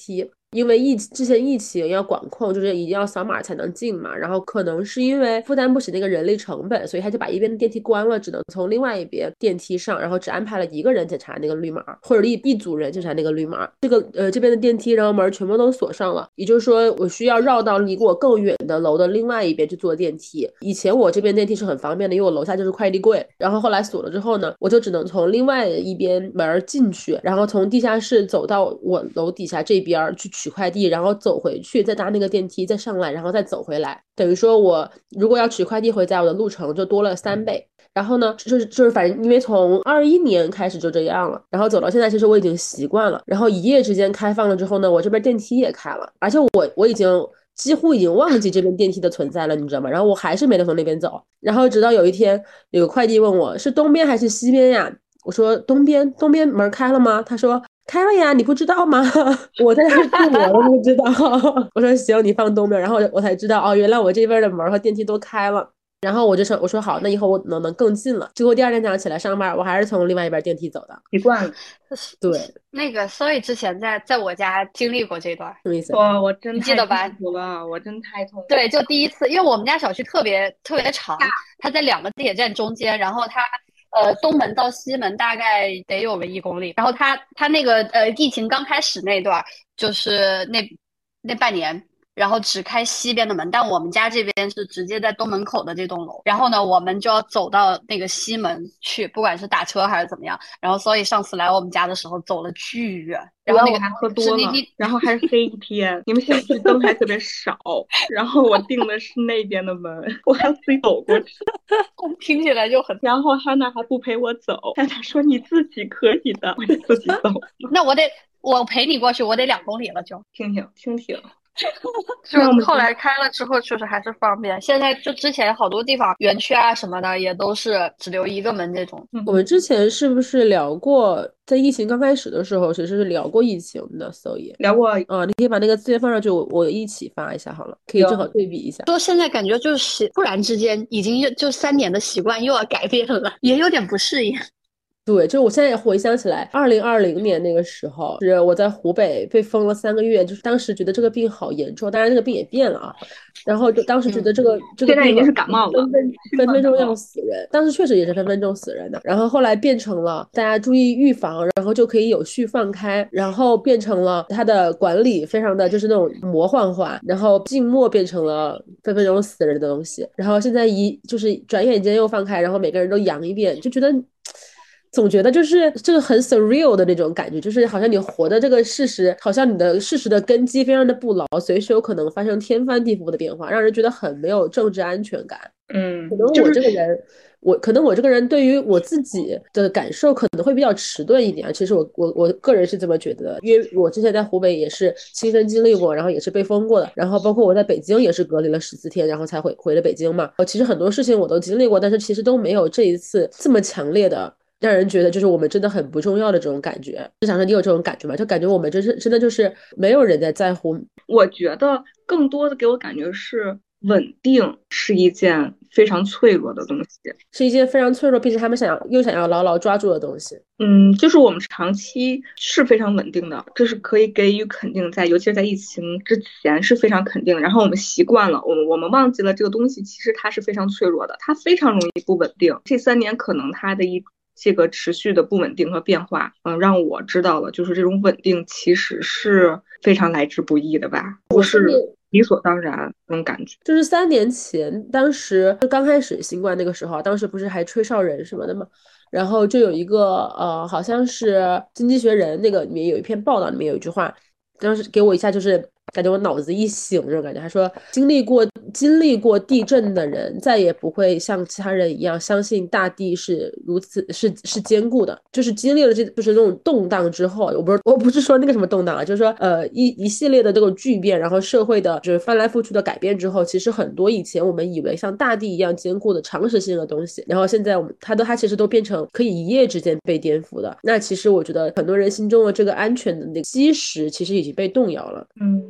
Speaker 2: 因为疫之前疫情要管控，就是一定要扫码才能进嘛，然后可能是因为负担不起那个人力成本，所以他就把一边的电梯关了，只能从另外一边电梯上，然后只安排了一个人检查那个绿码，或者一一组人检查那个绿码。这个呃这边的电梯然后门全部都锁上了，也就是说我需要绕到离我更远的楼的另外一边去坐电梯。以前我这边电梯是很方便的，因为我楼下就是快递柜，然后后来锁了之后呢，我就只能从另外一边门进去，然后从地下室走到我楼底下这边去取快递，然后走回去，再搭那个电梯再上来，然后再走回来。等于说我如果要取快递回家，我的路程就多了三倍。然后呢，就是就是反正因为从二一年开始就这样了，然后走到现在，其实我已经习惯了。然后一夜之间开放了之后呢，我这边电梯也开了，而且我我已经几乎已经忘记这边电梯的存在了，你知道吗？然后我还是没得从那边走。然后直到有一天，有个快递问我是东边还是西边呀？我说东边，东边门开了吗？他说开了呀，你不知道吗？我在那儿住，我都不知道。我说行，你放东边，然后我才知道哦，原来我这边的门和电梯都开了。然后我就说我说好，那以后我能能更近了。结果第二天早上起来上班，我还是从另外一边电梯走的，
Speaker 1: 习惯了。
Speaker 2: 对，
Speaker 3: 那个所以之前在在我家经历过这段，
Speaker 2: 什么意思？
Speaker 1: 哇，我真
Speaker 3: 你记得吧？
Speaker 1: 太痛苦了，我真太痛苦了。
Speaker 3: 对，就第一次，因为我们家小区特别特别长，它在两个地铁站中间，然后它呃东门到西门大概得有个一公里，然后它它那个呃疫情刚开始那段，就是那那半年。然后只开西边的门，但我们家这边是直接在东门口的这栋楼。然后呢，我们就要走到那个西门去，不管是打车还是怎么样。然后所以上次来我们家的时候走了巨远，然后那个
Speaker 1: 还喝多了，然后还是黑一天，你们小区灯还特别少。然后我订的是那边的门，我还自己走过去，
Speaker 3: 听起来就很。
Speaker 1: 然后汉娜还不陪我走，汉娜说你自己可以的，我就自己走。
Speaker 3: 那我得我陪你过去，我得两公里了就。
Speaker 1: 听听听听。
Speaker 3: 就后来开了之后，确实还是方便。现在就之前好多地方园区啊什么的，也都是只留一个门这种。
Speaker 2: 我们之前是不是聊过，在疫情刚开始的时候，其实是聊过疫情的，所以
Speaker 1: 聊过
Speaker 2: 啊，你可以把那个资源放上去，我我一起发一下好了，可以正好对比一下。
Speaker 3: 说现在感觉就是突然之间，已经就三年的习惯又要改变了，也有点不适应。
Speaker 2: 对，就我现在也回想起来，二零二零年那个时候，是我在湖北被封了三个月，就是当时觉得这个病好严重，当然这个病也变了啊。然后就当时觉得这个、嗯、这个病
Speaker 1: 现在已经是感冒了，
Speaker 2: 分分分分钟要死人，当时确实也是分分钟死人的。然后后来变成了大家注意预防，然后就可以有序放开，然后变成了它的管理非常的就是那种魔幻化，然后静默变成了分分钟死人的东西。然后现在一就是转眼间又放开，然后每个人都阳一遍，就觉得。总觉得就是这个很 surreal 的那种感觉，就是好像你活的这个事实，好像你的事实的根基非常的不牢，随时有可能发生天翻地覆的变化，让人觉得很没有政治安全感。
Speaker 1: 嗯，
Speaker 2: 可能我这个人，就是、我可能我这个人对于我自己的感受可能会比较迟钝一点。其实我我我个人是这么觉得的，因为我之前在湖北也是亲身经历过，然后也是被封过的，然后包括我在北京也是隔离了十四天，然后才回回了北京嘛。其实很多事情我都经历过，但是其实都没有这一次这么强烈的。让人觉得就是我们真的很不重要的这种感觉。就想说你有这种感觉吗？就感觉我们真是真的就是没有人在在乎。
Speaker 1: 我觉得更多的给我感觉是稳定是一件非常脆弱的东西，
Speaker 2: 是一件非常脆弱并且他们想要又想要牢牢抓住的东西。
Speaker 1: 嗯，就是我们长期是非常稳定的，这是可以给予肯定在，尤其是在疫情之前是非常肯定。然后我们习惯了，我们我们忘记了这个东西其实它是非常脆弱的，它非常容易不稳定。这三年可能它的一这个持续的不稳定和变化，嗯，让我知道了，就是这种稳定其实是非常来之不易的吧，不是理所当然那种感觉。
Speaker 2: 就是三年前，当时刚开始新冠那个时候，当时不是还吹哨人什么的吗？然后就有一个呃，好像是《经济学人》那个里面有一篇报道，里面有一句话，当时给我一下就是感觉我脑子一醒这种感觉。他说，经历过经历过地震的人，再也不会像其他人一样相信大地是如此是是坚固的。就是经历了这就是那种动荡之后，我不是我不是说那个什么动荡啊，就是说呃一一系列的这个巨变，然后社会的就是翻来覆去的改变之后，其实很多以前我们以为像大地一样坚固的常识性的东西，然后现在我们它都它其实都变成可以一夜之间被颠覆的。那其实我觉得很多人心中的这个安全的那个基石其实已经被动摇了。
Speaker 1: 嗯。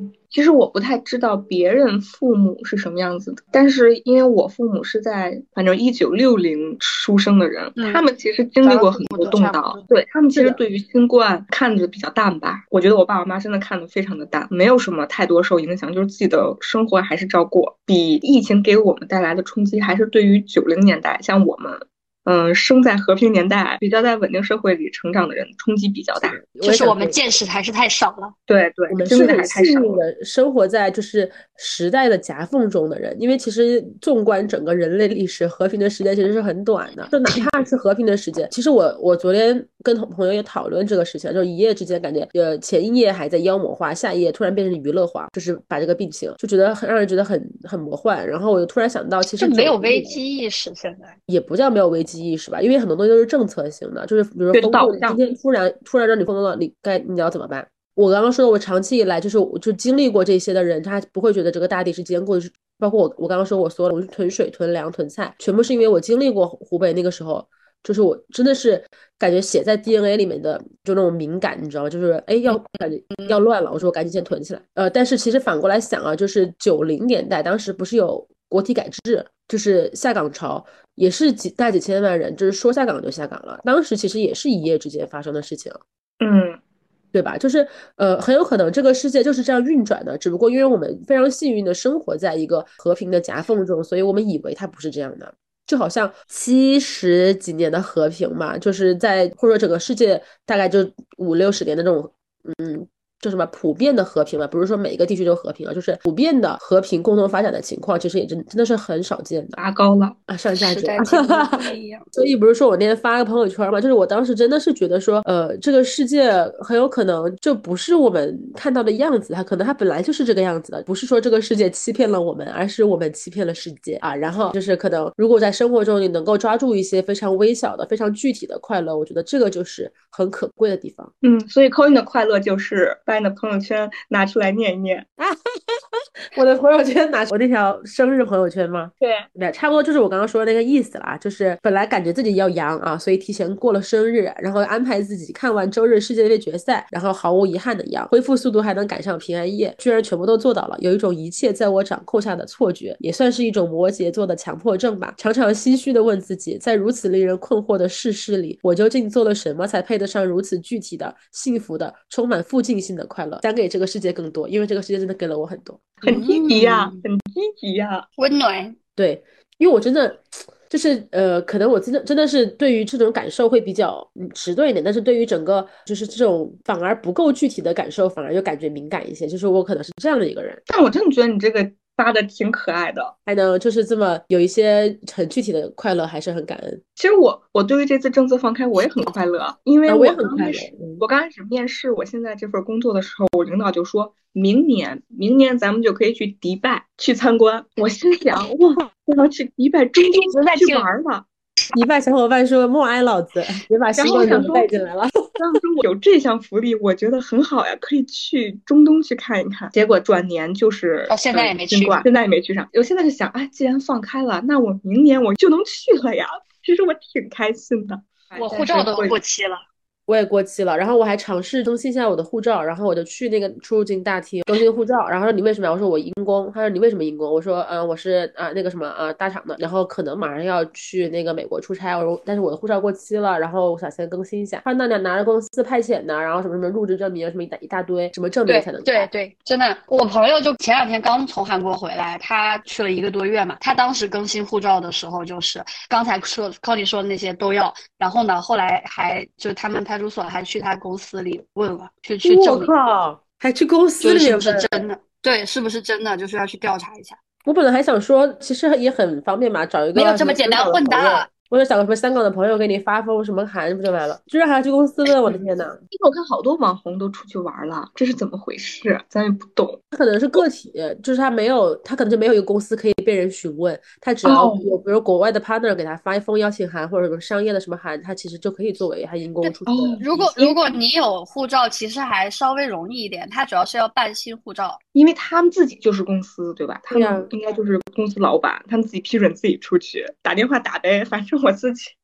Speaker 1: 嗯，其实我不太知道别人父母是什么样子的，但是因为我父母是在反正一九六零出生的人，
Speaker 3: 嗯
Speaker 1: 他们其实经历过很多动
Speaker 3: 咱们父母都差不多，
Speaker 1: 荡对，他们其
Speaker 2: 是的
Speaker 1: 实对于新冠看着比较淡吧。我觉得我爸我妈真的看得非常的淡，没有什么太多受影响，就是自己的生活还是照过。比疫情给我们带来的冲击，还是对于九零年代像我们。嗯，生在和平年代，比较在稳定社会里成长的人，冲击比较大。
Speaker 3: 就是我们见识还是太少了。
Speaker 1: 对对，
Speaker 2: 我们
Speaker 1: 经历的
Speaker 2: 是很
Speaker 1: 还太少了。
Speaker 2: 幸运的生活在就是时代的夹缝中的人，因为其实纵观整个人类历史，和平的时间其实是很短的。就哪怕是和平的时间，其实我我昨天跟同朋友也讨论这个事情，就是一夜之间感觉，呃，前一夜还在妖魔化，下一夜突然变成娱乐化，就是把这个病情就觉得很让人觉得很很魔幻。然后我就突然想到，其实
Speaker 3: 就没有
Speaker 2: 九零
Speaker 3: 危机意识，现在
Speaker 2: 也不叫没有危机意识吧，因为很多东西都是政策性的，就是比如说
Speaker 1: 对
Speaker 2: 封控，
Speaker 1: 导向
Speaker 2: 今天突然突然让你封了，你该你要怎么办？我刚刚说的，我长期以来就是我就经历过这些的人，他不会觉得这个大地是坚固的，是包括我我刚刚说我所有的囤水、囤粮、囤菜，全部是因为我经历过湖北那个时候，就是我真的是感觉写在 D N A 里面的，就那种敏感，你知道吗？就是哎要感觉要乱了，我说我赶紧先囤起来。呃，但是其实反过来想啊，就是九零年代当时不是有国体改制，就是下岗潮，也是几大几千万人，就是说下岗就下岗了，当时其实也是一夜之间发生的事情。
Speaker 1: 嗯。
Speaker 2: 对吧？就是呃，很有可能这个世界就是这样运转的，只不过因为我们非常幸运的生活在一个和平的夹缝中，所以我们以为它不是这样的。就好像七十几年的和平嘛，就是在或者整个世界大概就五六十年的这种，嗯，叫什么普遍的和平嘛，不是说每个地区都和平啊，就是普遍的和平共同发展的情况，其实也真真的是很少见的。
Speaker 1: 拔高了
Speaker 2: 啊，上价值
Speaker 3: 时代进步不一样。
Speaker 2: 所以不是说我那天发个朋友圈嘛，就是我当时真的是觉得说，呃，这个世界很有可能就不是我们看到的样子，它可能它本来就是这个样子的，不是说这个世界欺骗了我们，而是我们欺骗了世界啊。然后就是可能如果在生活中你能够抓住一些非常微小的、非常具体的快乐，我觉得这个就是很可贵的地方。
Speaker 1: 嗯，所以 Coin 的快乐就是把你的朋友圈拿出来念一念。
Speaker 2: 我的朋友圈拿我那条生日朋友圈吗？
Speaker 1: 对，
Speaker 2: 对，差不多就是我刚刚说的那个意思啦，就是本来感觉自己要阳啊，所以提前过了生日，然后安排自己看完周日世界杯决赛，然后毫无遗憾的阳，恢复速度还能赶上平安夜，居然全部都做到了，有一种一切在我掌控下的错觉，也算是一种摩羯座的强迫症吧。常常唏嘘的问自己，在如此令人困惑的世事里，我究竟做了什么才配得上如此具体的、幸福的、充满附近性的快乐？想给这个世界更多，因为这个世界真的给了我很多。
Speaker 1: 很积极呀、
Speaker 3: 嗯
Speaker 1: 很积极呀、
Speaker 3: 温暖。
Speaker 2: 对，因为我真的就是呃，可能我真的真的是对于这种感受会比较嗯迟钝一点，但是对于整个就是这种反而不够具体的感受，反而就感觉敏感一些。就是我可能是这样的一个人，
Speaker 1: 但我真的觉得你这个发的挺可爱的。
Speaker 2: 还能就是这么有一些很具体的快乐，还是很感恩。
Speaker 1: 其实我我对于这次政策放开我也很快乐，因为
Speaker 2: 啊，我也很快乐
Speaker 1: 刚开始、
Speaker 2: 嗯
Speaker 1: 我刚开始面试我现在这份工作的时候，我领导就说明年明年咱们就可以去迪拜去参观。我心想哇，我要去迪拜中东去玩了。
Speaker 2: 迪拜小伙伴说默哀老子，别把新冠病毒带进来了。
Speaker 1: 当时我有这项福利，我觉得很好呀，可以去中东去看一看。结果转年就是
Speaker 3: 到现在也没去
Speaker 1: 新冠，现在也没去上。我现在就想，啊，既然放开了，那我明年我就能去了呀。其实我挺开心的。
Speaker 3: 我护照都过期了。
Speaker 2: 我也过期了，然后我还尝试更新一下我的护照，然后我就去那个出入境大厅更新护照，然后说你为什么呀？我说我因公，他说你为什么因公？我说嗯，我是啊那个什么啊大厂的，然后可能马上要去那个美国出差，我说但是我的护照过期了，然后我想先更新一下。他说那你拿着公司派遣呢，然后什么什么入职证明什么一大一大堆什么证明才能
Speaker 3: 对对对，真的，我朋友就前两天刚从韩国回来，他去了一个多月嘛，他当时更新护照的时候就是刚才说高迪说的那些都要，然后呢后来还就他们派出所还去他公司里问了，去去证明。
Speaker 2: 我靠，还去公司里面
Speaker 3: 是不是真的？对，是不是真的？就是要去调查一下。
Speaker 2: 我本来还想说，其实也很方便嘛，找一个
Speaker 3: 没有这么简单混的。
Speaker 2: 或者找个什么香港的朋友给你发封什么函不就完了？居然还要去公司问，我的天哪！
Speaker 1: 因为我看好多网红都出去玩了，这是怎么回事？咱也不懂。
Speaker 2: 他可能是个体，就是他没有，他可能就没有一个公司可以被人询问，他只要有比如国外的 partner 给他发一封邀请函或者什么商业的什么函，他其实就可以作为他因公出去的。
Speaker 3: 如果如果你有护照，其实还稍微容易一点，他主要是要办新护照，
Speaker 1: 因为他们自己就是公司，对吧？他们应该就是公司老板，他们自己批准自己出去，打电话打呗，反正我自己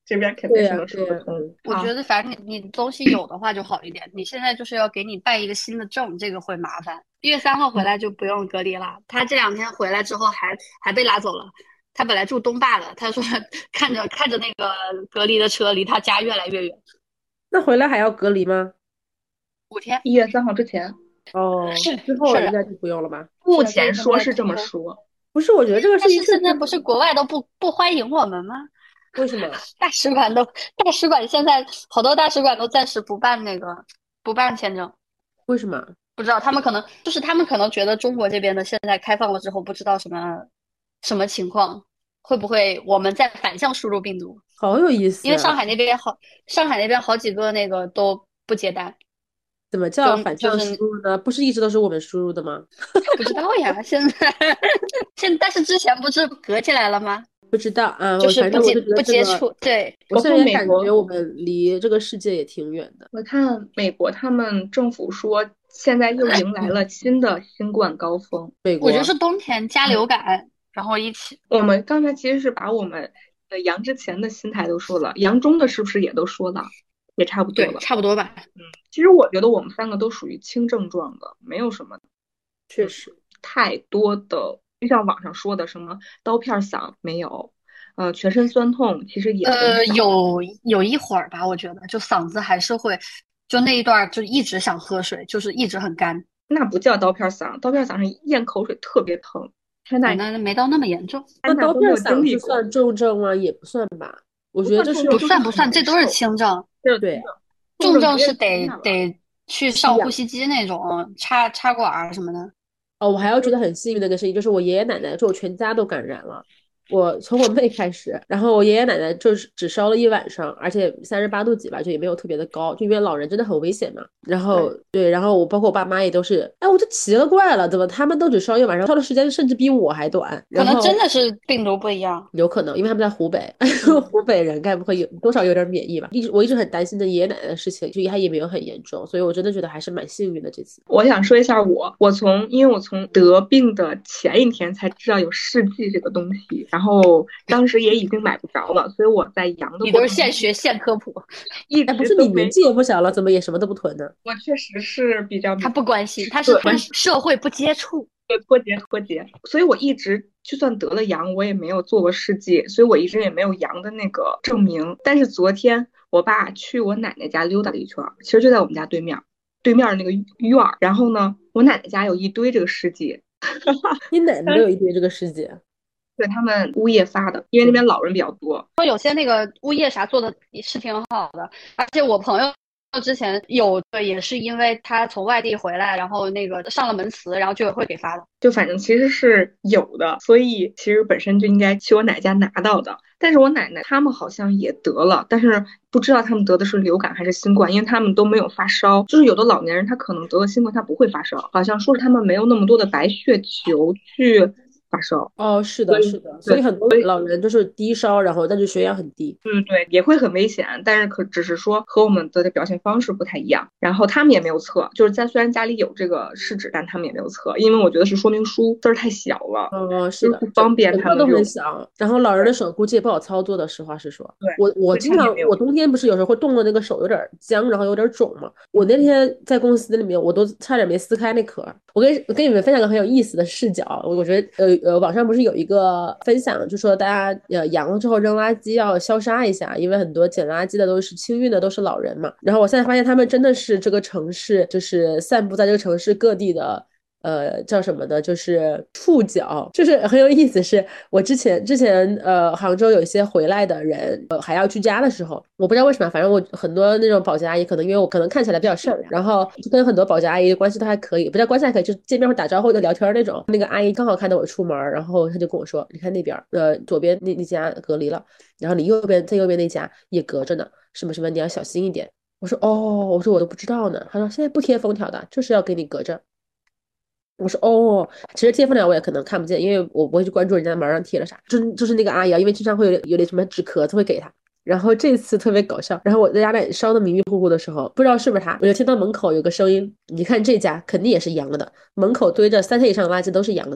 Speaker 1: 这边肯定
Speaker 2: 对呀、
Speaker 1: 是能说
Speaker 2: 对呀、
Speaker 1: 得通。啊
Speaker 3: 我觉得反正你你东西有的话就好一点。你现在就是要给你办一个新的证，这个会麻烦。一月三号回来就不用隔离了。他这两天回来之后还还被拉走了。他本来住东坝的，他说看着看着那个隔离的车离他家越来越远。
Speaker 2: 那回来还要隔离吗？
Speaker 3: 五天。
Speaker 1: 一月三号之前，
Speaker 2: 哦，
Speaker 3: 是
Speaker 2: 之后
Speaker 3: 是的，
Speaker 2: 应该就不用了吧？
Speaker 1: 目
Speaker 3: 是的，所以
Speaker 1: 前
Speaker 3: 他们在
Speaker 1: 说是这么
Speaker 3: 偷。
Speaker 1: 说。
Speaker 2: 不是，我觉得这个事
Speaker 3: 但是
Speaker 2: 情确实，
Speaker 3: 现在不是国外都不不欢迎我们吗？
Speaker 2: 为什么？
Speaker 3: 大使馆都大使馆现在好多大使馆都暂时不办那个不办签证。
Speaker 2: 为什么？
Speaker 3: 不知道他们可能就是他们可能觉得中国这边的现在开放了之后，不知道什么什么情况，会不会我们在反向输入病毒？
Speaker 2: 好有意思啊！
Speaker 3: 因为上海那边好，上海那边好几个那个都不接单。
Speaker 2: 怎么叫
Speaker 3: 就
Speaker 2: 反向输
Speaker 3: 就是
Speaker 2: 入呢？不是一直都是我们输入的吗？
Speaker 3: 不知道呀，现在现但是之前不是隔起来了吗？
Speaker 2: 不知道啊，
Speaker 3: 就
Speaker 2: 我
Speaker 3: 是不接
Speaker 2: 反正我就觉得
Speaker 3: 不
Speaker 2: 这个，
Speaker 3: 接触，对。
Speaker 2: 我
Speaker 1: 我看
Speaker 2: 现在也感
Speaker 1: 美国
Speaker 2: 觉我们离这个世界也挺远的。
Speaker 1: 我看美国他们政府说，现在又迎来了新的新冠高峰。
Speaker 2: 美国
Speaker 3: 我觉得是冬天加流感，然后一起。
Speaker 1: 我们刚才其实是把我们呃阳之前的心态都说了，阳中的是不是也都说了，也差不多
Speaker 3: 对，
Speaker 1: 了。
Speaker 3: 差不多吧。
Speaker 1: 嗯，其实我觉得我们三个都属于轻症状的，没有什么
Speaker 2: 确实，
Speaker 1: 太多的，就像网上说的什么刀片嗓没有，呃，全身酸痛其实也很
Speaker 3: 呃，
Speaker 1: 少。
Speaker 3: 有有一会儿吧，我觉得就嗓子还是会，就那一段儿就一直想喝水，就是一直很干。
Speaker 1: 那不叫刀片嗓，刀片嗓是咽口水特别疼。天
Speaker 3: 哎，
Speaker 1: 呐，
Speaker 3: 那没到那么严重。
Speaker 2: 那刀片
Speaker 1: 安娜都没有经
Speaker 2: 嗓是
Speaker 1: 历过，
Speaker 2: 算重症吗？也不算吧。我
Speaker 1: 不
Speaker 2: 觉得这是
Speaker 1: 算重症就是
Speaker 3: 不算不算，
Speaker 1: 很难
Speaker 3: 这都是
Speaker 1: 受。
Speaker 3: 轻症。
Speaker 2: 对
Speaker 1: 这是重症，
Speaker 3: 重
Speaker 1: 重症直接
Speaker 3: 症是得
Speaker 1: 住院了。
Speaker 3: 得去
Speaker 2: 吸氧。
Speaker 3: 上呼吸机那种，插插管儿什么的。
Speaker 2: 哦，我还要觉得很幸运的一个事情，就是我爷爷奶奶就我全家都感染了。我从我妹开始，然后我爷爷奶奶就是只烧了一晚上，而且三十八度几吧，就也没有特别的高，就因为老人真的很危险嘛。然后对，然后我包括我爸妈也都是，哎，我就奇了怪了，怎么他们都只烧一晚上，烧的时间甚至比我还短？
Speaker 3: 可能
Speaker 2: 然后
Speaker 3: 真的是病毒不一样。
Speaker 2: 有可能，因为他们在湖北，湖北人该不会有多少有点免疫吧？一直我一直很担心的爷爷奶奶的事情，就他也没有很严重，所以我真的觉得还是蛮幸运的这次。
Speaker 1: 我想说一下我，我从因为我从得病的前一天才知道有试剂这个东西，然后当时也已经买不着了，所以我在阳的
Speaker 3: 你
Speaker 1: 过程中
Speaker 3: 都是现学现科普。
Speaker 2: 哎，不
Speaker 1: 一直都没。
Speaker 2: 是你年纪也不小了，怎么也什么都不囤呢？
Speaker 1: 我确实是比较
Speaker 3: 他不关心，他是
Speaker 1: 对
Speaker 3: 跟社会不接触。
Speaker 1: 脱节脱节，所以我一直就算得了阳，我也没有做过试剂，所以我一直也没有阳的那个证明。但是昨天我爸去我奶奶家溜达了一圈，其实就在我们家对面，对面那个院儿。然后呢，我奶奶家有一堆这个试剂，
Speaker 2: 你奶奶都有一堆这个世界。
Speaker 1: 对他们物业发的，因为那边老人比较多。
Speaker 3: 说有些那个物业啥做的是挺好的，而且我朋友之前有的也是因为他从外地回来，然后那个上了门磁，然后居委会给发的。
Speaker 1: 就反正其实是有的，所以其实本身就应该去我奶家拿到的。但是我奶奶他们好像也得了，但是不知道他们得的是流感还是新冠，因为他们都没有发烧。就是有的老年人他可能得了新冠，他不会发烧，好像说是他们没有那么多的白血球去发烧。
Speaker 2: 哦，是的，是的，所以很多老人就是低烧，然后但是血氧很低。
Speaker 1: 对对，也会很危险，但是可只是说和我们的表现方式不太一样。然后他们也没有测，就是在虽然家里有这个试纸，但他们也没有测，因为我觉得是说明书字儿太小了，
Speaker 2: 哦，是的，
Speaker 1: 不方便他们
Speaker 2: 整个都很
Speaker 1: 用。
Speaker 2: 小，然后老人的手估计也不好操作的，实话实说。
Speaker 1: 对，
Speaker 2: 我我经常我冬天不是有时候会冻的那个手有点僵，然后有点肿嘛。我那天在公司里面，我都差点没撕开那壳。我跟我跟你们分享个很有意思的视角，我我觉得呃呃，网上不是有一个分享，就说大家呃阳了之后扔垃圾要消杀一下，因为很多捡垃圾的都是清运的都是老人嘛。然后我现在发现他们真的是这个城市，就是散布在这个城市各地的。呃，叫什么的，就是触角，就是很有意思。是我之前之前呃，杭州有一些回来的人，呃，还要居家的时候，我不知道为什么，反正我很多那种保洁阿姨，可能因为我可能看起来比较善良，然后就跟很多保洁阿姨关系都还可以，不叫关系还可以，就见面会打招呼就聊天那种。那个阿姨刚好看到我出门，然后她就跟我说：“你看那边，呃，左边那那家隔离了，然后你右边在右边那家也隔着呢，什么什么，你要小心一点。”我说：“哦，我说我都不知道呢。”她说：“现在不贴封条的，就是要给你隔着。”我说哦，其实贴封条我也可能看不见，因为我不会去关注人家门上贴了啥。就就是那个阿姨啊，因为经常会有有点什么纸壳子会给她。然后这次特别搞笑，然后我在家里烧的迷迷糊糊的时候，不知道是不是他，我就听到门口有个声音，你看这家肯定也是阳了的，门口堆着三天以上的垃圾都是阳了的。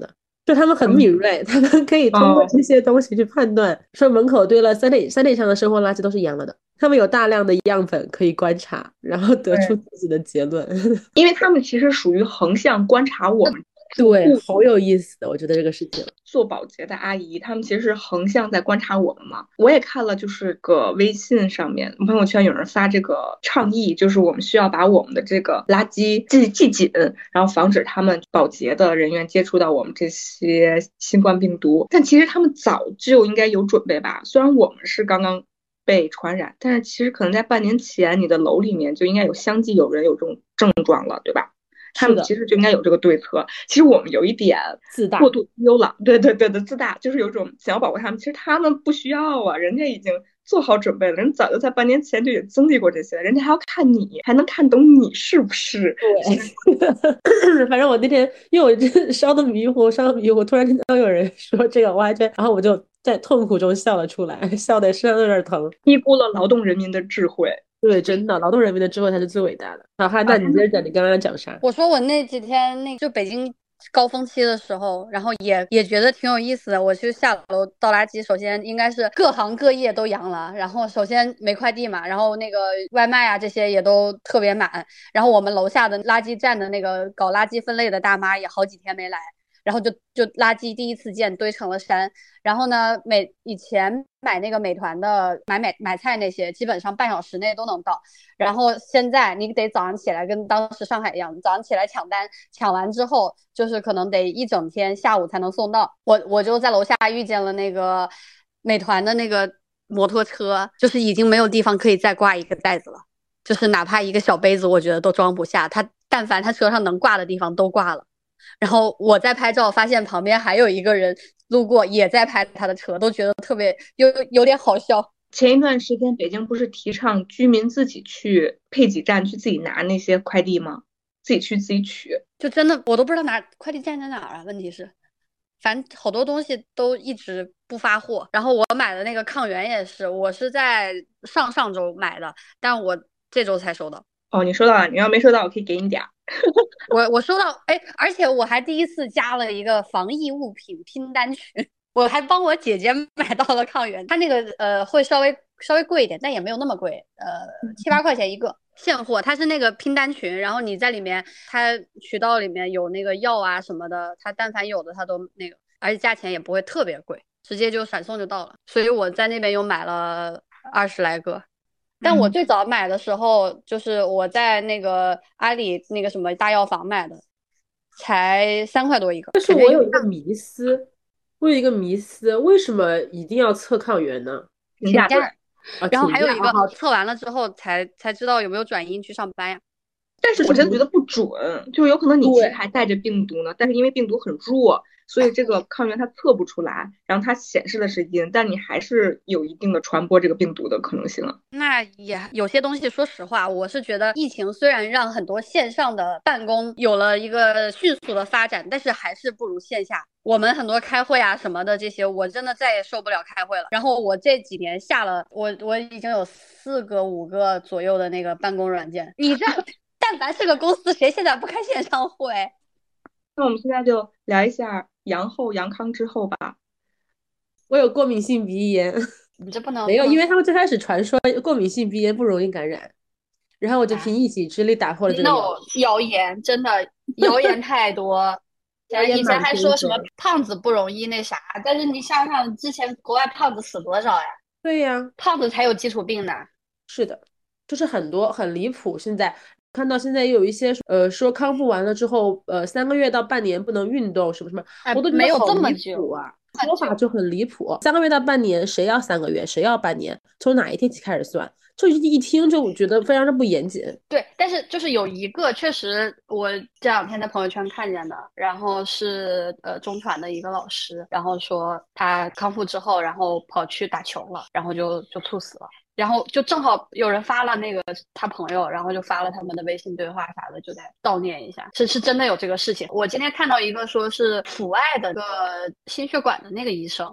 Speaker 2: 就他们很敏锐，他们可以通过这些东西去判断，说门口堆了三类三类以上的生活垃圾都是一样的的。他们有大量的样本可以观察，然后得出自己的结论。
Speaker 1: 因为他们其实属于横向观察我们。
Speaker 2: 对，好有意思的，我觉得这个事情。
Speaker 1: 做保洁的阿姨，他们其实是横向在观察我们嘛。我也看了，就是个微信上面朋友圈有人发这个倡议，就是我们需要把我们的这个垃圾系系紧，然后防止他们保洁的人员接触到我们这些新冠病毒。但其实他们早就应该有准备吧，虽然我们是刚刚被传染，但是其实可能在半年前，你的楼里面就应该有相继有人有这种症状了，对吧？他们其实就应该有这个对策。其实我们有一点
Speaker 2: 自大、
Speaker 1: 过度优了，对对对的，自大，就是有种想要保护他们。其实他们不需要啊，人家已经做好准备了，人早就在半年前就也经历过这些，人家还要看你，还能看懂你是不是？
Speaker 2: 对，反正我那天因为我真烧的迷糊，烧的迷糊，突然听到有人说这个，我还真，然后我就在痛苦中笑了出来，笑得身上有点疼，
Speaker 1: 低估了劳动人民的智慧。
Speaker 2: 对，真的，劳动人民的智慧才是最伟大的。好，哈，那你接着讲，你刚刚讲啥？
Speaker 3: 我说我那几天那就北京高峰期的时候，然后也也觉得挺有意思的。我去下楼倒垃圾，首先应该是各行各业都阳了，然后首先没快递嘛，然后那个外卖啊这些也都特别满，然后我们楼下的垃圾站的那个搞垃圾分类的大妈也好几天没来。然后就就垃圾第一次见堆成了山，然后呢，每以前买那个美团的买买买菜那些，基本上半小时内都能到，然后现在你得早上起来跟当时上海一样，早上起来抢单，抢完之后就是可能得一整天下午才能送到。我我就在楼下遇见了那个美团的那个摩托车，就是已经没有地方可以再挂一个袋子了，就是哪怕一个小杯子，我觉得都装不下，它但凡它车上能挂的地方都挂了。然后我在拍照，发现旁边还有一个人路过，也在拍他的车，都觉得特别有有点好笑。
Speaker 1: 前一段时间，北京不是提倡居民自己去配给站去自己拿那些快递吗？自己去自己取，
Speaker 3: 就真的我都不知道哪快递站在哪儿啊。问题是，反正好多东西都一直不发货。然后我买的那个抗原也是，我是在上上周买的，但我这周才收到。
Speaker 1: 哦，你收到了，你要没收到，我可以给你点儿。
Speaker 3: 我我收到，哎，而且我还第一次加了一个防疫物品拼单群，我还帮我姐姐买到了抗原，它那个呃会稍微稍微贵一点，但也没有那么贵，呃七八块钱一个现货，它是那个拼单群，然后你在里面，它渠道里面有那个药啊什么的，它但凡有的它都那个，而且价钱也不会特别贵，直接就闪送就到了，所以我在那边又买了二十来个。但我最早买的时候，就是我在那个阿里那个什么大药房买的，才三块多一个。
Speaker 2: 但是我有一个迷思，我有一个迷思，为什么一定要测抗原呢？
Speaker 1: 评价对，
Speaker 3: 然后还有一个测完了之后才才知道有没有转阴去上班呀。
Speaker 1: 但是我现在觉得不准，就有可能你其实还带着病毒呢，但是因为病毒很弱，所以这个抗原它测不出来，然后它显示的是阴，但你还是有一定的传播这个病毒的可能性啊。
Speaker 3: 那也有些东西，说实话，我是觉得疫情虽然让很多线上的办公有了一个迅速的发展，但是还是不如线下。我们很多开会啊什么的这些，我真的再也受不了开会了。然后我这几年下了，我我已经有四个五个左右的那个办公软件，你这。但凡是个公司，谁现在不开线上会？
Speaker 1: 那我们现在就聊一下阳后、阳康之后吧。
Speaker 2: 我有过敏性鼻炎，
Speaker 3: 你这不能
Speaker 2: 没有，因为他们最开始传说过敏性鼻炎不容易感染，然后我就凭一己之力打破了这个
Speaker 3: 谣言，真的谣言太多。以前还说什么胖子不容易那啥，但是你想想，之前国外胖子死多少呀？
Speaker 2: 对呀，
Speaker 3: 胖子才有基础病呢。
Speaker 2: 是的，就是很多很离谱，现在。看到现在也有一些呃说康复完了之后，呃三个月到半年不能运动什么什么，
Speaker 3: 哎、
Speaker 2: 我都觉
Speaker 3: 得好
Speaker 2: 离谱啊！说法就很离谱，三个月到半年，谁要三个月，谁要半年？从哪一天起开始算？就一听就觉得非常的不严谨。
Speaker 3: 对，但是就是有一个确实，我这两天在朋友圈看见的，然后是呃中传的一个老师，然后说他康复之后，然后跑去打球了，然后就就猝死了。然后就正好有人发了那个他朋友，然后就发了他们的微信对话啥的，就在悼念一下，是是真的有这个事情。我今天看到一个说是阜外的个心血管的那个医生，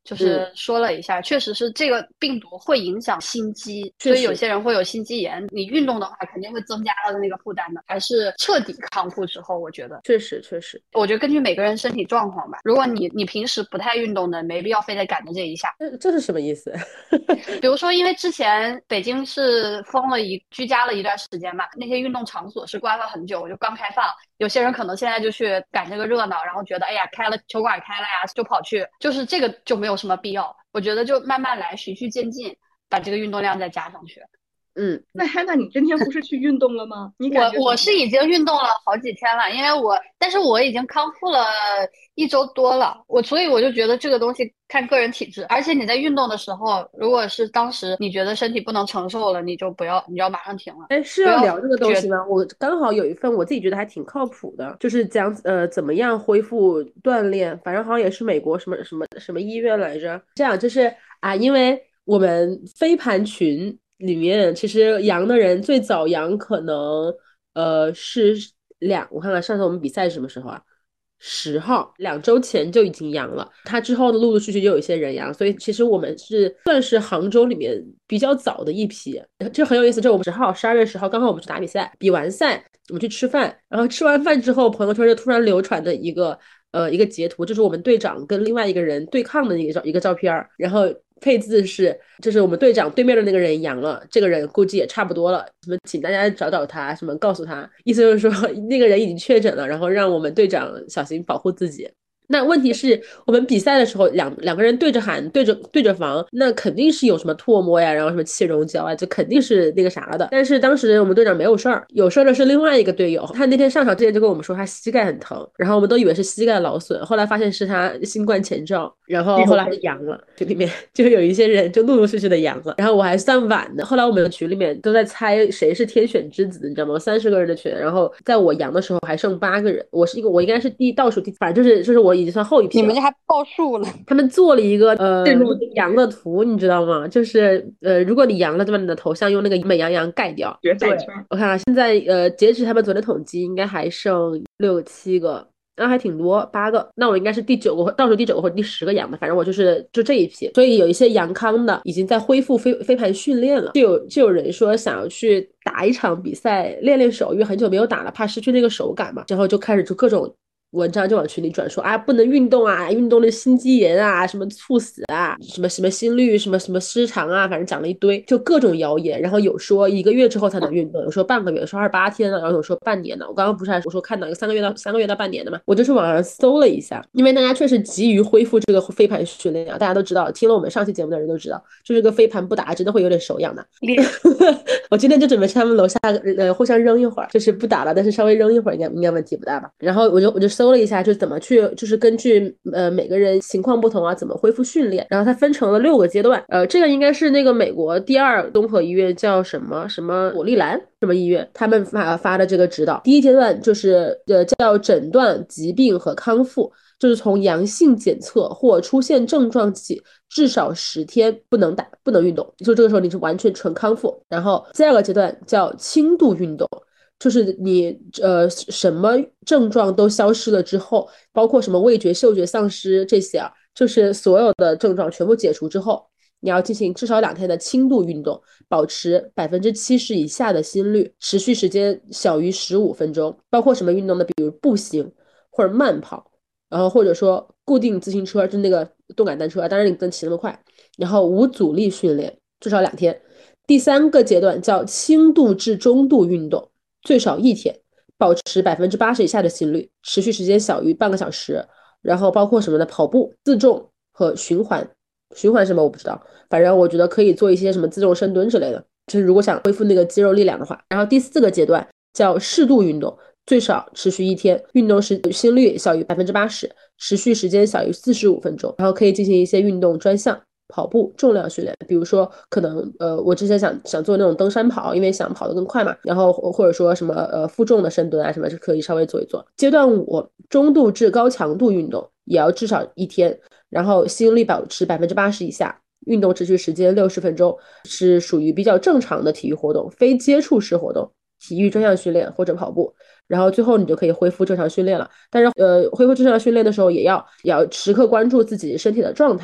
Speaker 3: 就是说了一下，嗯、确实是这个病毒会影响心肌，所以有些人会有心肌炎。你运动的话，肯定会增加了那个负担的。还是彻底康复之后，我觉得
Speaker 2: 确实确实，
Speaker 3: 我觉得根据每个人身体状况吧。如果你你平时不太运动的，没必要非得赶着这一下。
Speaker 2: 这这是什么意思？
Speaker 3: 比如说，因为之前北京是封了一居家了一段时间嘛，那些运动场所是关了很久，就刚开放。有些人可能现在就去赶这个热闹，然后觉得哎呀开了球馆开了呀，就跑去，就是这个就没有什么必要。我觉得就慢慢来，循序渐进，把这个运动量再加上去。
Speaker 2: 嗯，
Speaker 1: 那汉娜，你今天不是去运动了吗？你感觉
Speaker 3: 我我是已经运动了好几天了，因为我但是我已经康复了一周多了，我所以我就觉得这个东西看个人体质，而且你在运动的时候，如果是当时你觉得身体不能承受了，你就不要，你就要马上停了。
Speaker 2: 哎，是要聊这个东西吗？我刚好有一份我自己觉得还挺靠谱的，就是讲呃怎么样恢复锻炼，反正好像也是美国什么什么什么医院来着。这样就是啊，因为我们飞盘群里面其实阳的人最早阳可能呃是两，我看看上次我们比赛是什么时候啊？十号，两周前就已经阳了。他之后陆陆续续就有一些人阳，所以其实我们是算是杭州里面比较早的一批。这很有意思，就我们十号，十二月十号，刚好我们去打比赛，比完赛我们去吃饭，然后吃完饭之后，朋友圈就突然流传的一个呃一个截图，就是我们队长跟另外一个人对抗的一个照一个照片，然后配字是，就是我们队长对面的那个人阳了，这个人估计也差不多了，什么请大家找找他，什么告诉他，意思就是说那个人已经确诊了，然后让我们队长小心保护自己。那问题是我们比赛的时候两两个人对着喊对着对着防，那肯定是有什么唾沫呀，然后什么气溶胶啊，就肯定是那个啥了的。但是当时我们队长没有事儿，有事儿的是另外一个队友，他那天上场之前就跟我们说他膝盖很疼，然后我们都以为是膝盖劳损，后来发现是他新冠前兆，然后后来还阳了，这里面就有一些人就陆陆续续的阳了，然后我还算晚的，后来我们群里面都在猜谁是天选之子，你知道吗？三十个人的群，然后在我阳的时候还剩八个人，我是一个我应该是第倒数第，反正就是就是我已经算后一批了。
Speaker 3: 你们这还报数了？
Speaker 2: 他们做了一个呃阳的图，你知道吗？就是呃，如果你阳了，就把你的头像用那个美羊羊盖掉。
Speaker 1: 决赛圈，
Speaker 2: 我看啊，现在呃，截止他们昨天统计，应该还剩六七个。然后还挺多，八个，那我应该是第九个，倒数第九个或者第十个阳的，反正我就是就这一批。所以有一些阳康的已经在恢复飞飞盘训练了，就有就有人说想要去打一场比赛练练手，因为很久没有打了，怕失去那个手感嘛。然后就开始就各种文章就往群里转，说啊不能运动啊，运动的心肌炎啊，什么猝死啊，什么什么心率什么什么失常啊，反正讲了一堆，就各种谣言。然后有说一个月之后才能运动，有说半个月，有说二十八天了，然后有说半年的。我刚刚不是还我说看到一个三个月到三个月到半年的嘛，我就是网上搜了一下，因为大家确实急于恢复这个飞盘训练啊，大家都知道，听了我们上期节目的人都知道，就这个飞盘不打真的会有点手痒的。我今天就准备去他们楼下呃互相扔一会儿，就是不打了，但是稍微扔一会儿应该应该问题不大吧。然后我就我就搜了一下，就怎么去就是根据呃每个人情况不同啊，怎么恢复训练，然后它分成了六个阶段。呃，这个应该是那个美国第二综合医院叫什么什么果利兰什么医院，他们发发的这个指导。第一阶段就是呃叫诊断疾病和康复。就是从阳性检测或出现症状起，至少十天不能打，不能运动，就这个时候你是完全纯康复。然后第二个阶段叫轻度运动，就是你呃什么症状都消失了之后，包括什么味觉、嗅觉丧失这些啊，就是所有的症状全部解除之后，你要进行至少两天的轻度运动，保持百分之七十以下的心率，持续时间小于十五分钟。包括什么运动呢？比如步行或者慢跑。然后或者说固定自行车，就是那个动感单车，当然你不能骑那么快。然后无阻力训练至少两天。第三个阶段叫轻度至中度运动，最少一天，保持百分之八十以下的心率，持续时间小于半个小时。然后包括什么呢？跑步、自重和循环。循环什么我不知道，反正我觉得可以做一些什么自重深蹲之类的，就是如果想恢复那个肌肉力量的话。然后第四个阶段叫适度运动。最少持续一天，运动时心率小于百分之八十，持续时间小于四十五分钟，然后可以进行一些运动专项，跑步、重量训练，比如说可能呃，我之前想想做那种登山跑，因为想跑得更快嘛，然后或者说什么呃负重的深蹲啊什么，是可以稍微做一做。阶段五，中度至高强度运动，也要至少一天，然后心率保持百分之八十以下。运动持续时间六十分钟，是属于比较正常的体育活动，非接触式活动，体育专项训练或者跑步。然后最后你就可以恢复正常训练了。但是呃，恢复正常训练的时候也要也要时刻关注自己身体的状态，